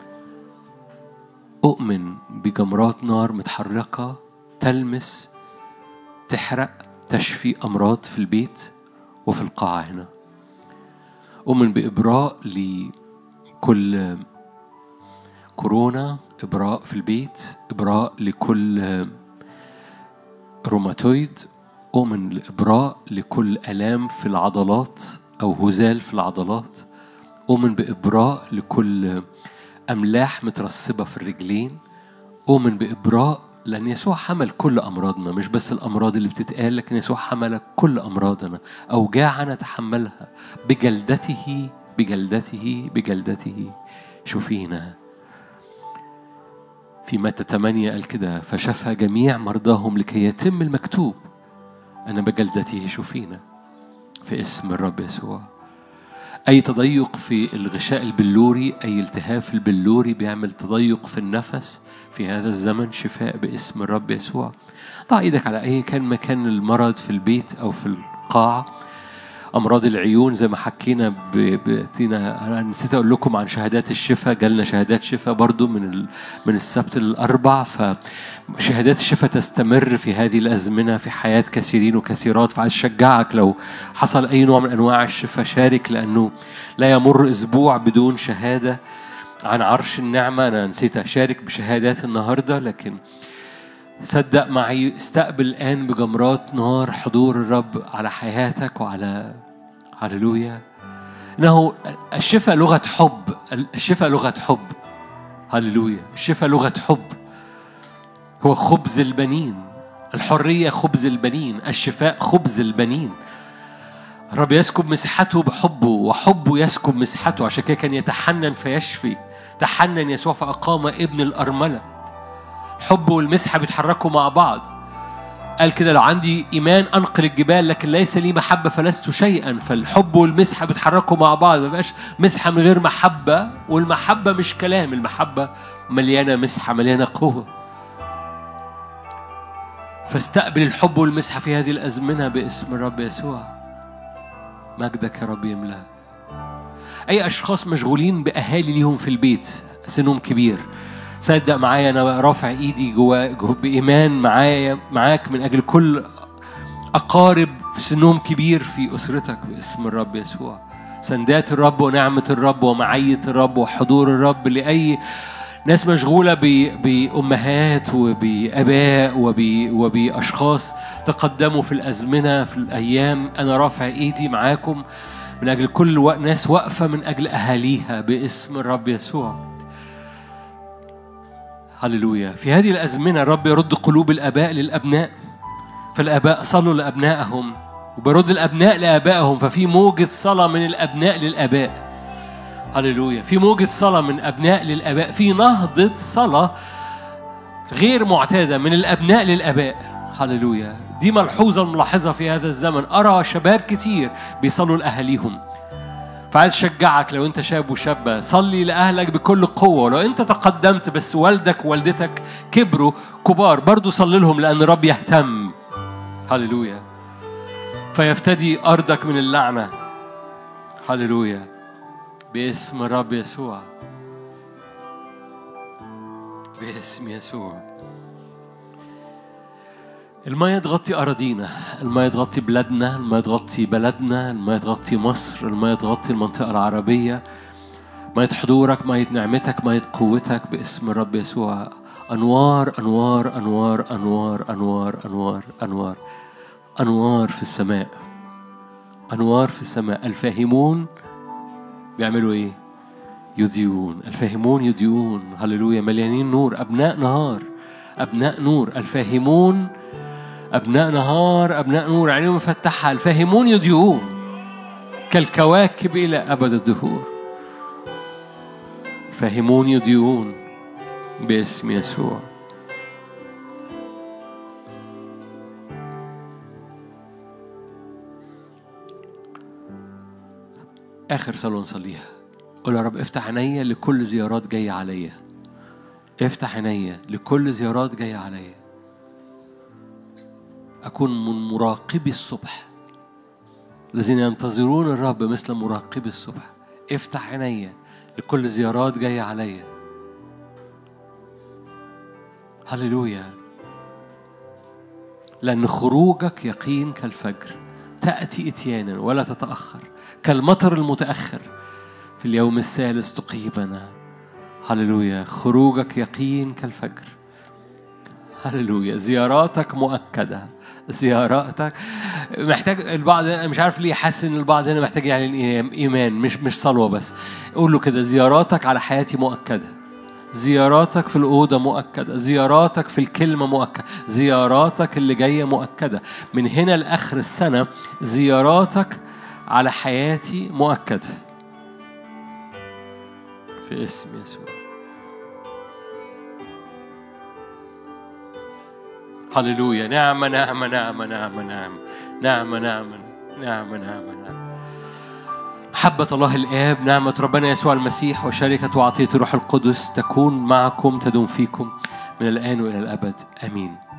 A: أؤمن بجمرات نار متحركة تلمس تحرق تشفي أمراض في البيت وفي القاعة هنا. أؤمن بإبراء لكل كورونا، إبراء في البيت، إبراء لكل روماتويد. أؤمن بإبراء لكل آلام في العضلات أو هزال في العضلات. أؤمن بإبراء لكل أملاح مترسبة في الرجلين. أؤمن بإبراء لأن يسوع حمل كل أمراضنا، مش بس الأمراض اللي بتتقال، لكن يسوع حمل كل أمراضنا. أوجاعنا تحملها بجلدته بجلدته بجلدته شفينا. في متى ثمانية قال كده: فشفى جميع مرضاهم لكي يتم المكتوب أنا بجلدته شفينا. في اسم الرب يسوع. أي تضيق في الغشاء البلوري، أي التهاب في البلوري بيعمل تضيق في النفس في هذا الزمن، شفاء باسم الرب يسوع. ضع ايدك على أي كان مكان المرض في البيت أو في القاعة. أمراض العيون زي ما حكينا بتينا، أنا نسيت أقول لكم عن شهادات الشفاء. جالنا شهادات شفاء برضو من من السبت للأربع، فشهادات الشفاء تستمر في هذه الأزمنة في حياة كثيرين وكثيرات. فعايز أشجعك لو حصل أي نوع من أنواع الشفاء شارك، لأنه لا يمر أسبوع بدون شهادة عن عرش النعمة. أنا نسيت أشارك بشهادات النهاردة، لكن صدق معي استقبل الآن بجمرات نار حضور الرب على حياتك وعلى هللويا. إنه الشفاء لغة حب، الشفاء لغة حب. هللويا. الشفاء لغة حب، هو خبز البنين. الحرية خبز البنين، الشفاء خبز البنين. الرب يسكب مسحته بحبه وحبه يسكب مسحته. عشان كده كان يتحنن فيشفي. تحنن يسوع فأقام ابن الأرملة. الحب والمسحة بيتحركوا مع بعض. قال كده: لو عندي إيمان أنقل الجبال لكن ليس لي محبة فلست شيئا. فالحب والمسحة بيتحركوا مع بعض. ما بقاش مسحة من غير محبة، والمحبة مش كلام، المحبة مليانة مسحة مليانة قوة. فاستقبل الحب والمسحة في هذه الأزمنة باسم الرب يسوع. مجدك يا رب يملأ. أي أشخاص مشغولين بأهالي ليهم في البيت سنهم كبير، صدق معايا أنا رافع إيدي جوا جو بإيمان معايا معاك من أجل كل أقارب سنهم كبير في أسرتك باسم الرب يسوع. سندات الرب ونعمة الرب ومعية الرب وحضور الرب لأي ناس مشغولة بأمهات وبأباء وبأشخاص تقدموا في الأزمنة في الأيام. أنا رافع إيدي معاكم من أجل كل ناس واقفة من أجل أهاليها باسم الرب يسوع. هللويا. في هذه الأزمنة الرب يرد قلوب الآباء للأبناء، فالآباء صلوا لأبنائهم وبرد الأبناء لآبائهم. ففي موجة صلاة من الأبناء للآباء. هللويا. في موجة صلاة من أبناء للآباء. في نهضة صلاة غير معتادة من الأبناء للآباء. هللويا. دي ملحوظة ملاحظة في هذا الزمن. أرى شباب كتير بيصلوا لأهاليهم. فعايز شجعك لو أنت شاب وشابة، صلي لأهلك بكل قوة. لو أنت تقدمت بس والدك ووالدتك كبروا كبار، برضو صلي لهم، لأن الرب يهتم. هللويا. فيفتدي أرضك من اللعنة. هللويا. باسم الرب يسوع. باسم يسوع. الماء تغطي أراضينا، الماء تغطي بلادنا، الماء تغطي بلدنا، الماء تغطي مصر، الماء تغطي المنطقة العربية. ماء حضورك، ماء نعمتك، ماء قوتك باسم الرب يسوع. أنوار أنوار أنوار أنوار أنوار أنوار أنوار أنوار في السماء. أنوار في السماء. الفاهمون بيعملوا إيه؟ يضيئون. الفاهمون يضيئون. هللويا. مليانين نور. أبناء نهار، أبناء نور. الفاهمون أبناء نهار، أبناء نور، عينيهم مفتحة. الفاهمون يضيئون كالكواكب إلى أبد الدهور. الفاهمون يضيئون باسم يسوع. آخر صلاة نصليها، قول يا رب افتح عينيا لكل زيارات جاية عليا، افتح عينيا لكل زيارات جاية عليا، أكون من مراقبي الصبح الذين ينتظرون الرب مثل مراقبي الصبح. افتح عينيا لكل زيارات جاية عليا. هللويا. لأن خروجك يقين كالفجر، تأتي إتيانا ولا تتأخر، كالمطر المتأخر في اليوم الثالث تقيبنا. هللويا. خروجك يقين كالفجر. هللويا. زياراتك مؤكدة. زياراتك محتاج البعض، مش عارف ليه حاسس ان البعض هنا محتاج يعلن ايمان، مش مش صلوة بس. قول له كده، زياراتك على حياتي مؤكدة، زياراتك في الأوضة مؤكدة، زياراتك في الكلمة مؤكدة، زياراتك اللي جاية مؤكدة من هنا لآخر السنة. زياراتك على حياتي مؤكدة في اسم يسوع. هللويا. نعمة نعمة نعمة نعمة نعمة نعمة نعمة نعمة نعمة نعمة. محبة الله الآب، نعمة ربنا يسوع المسيح، وشركة وعطية الروح القدس تكون معكم، تدوم فيكم من الآن وإلى الأبد. آمين.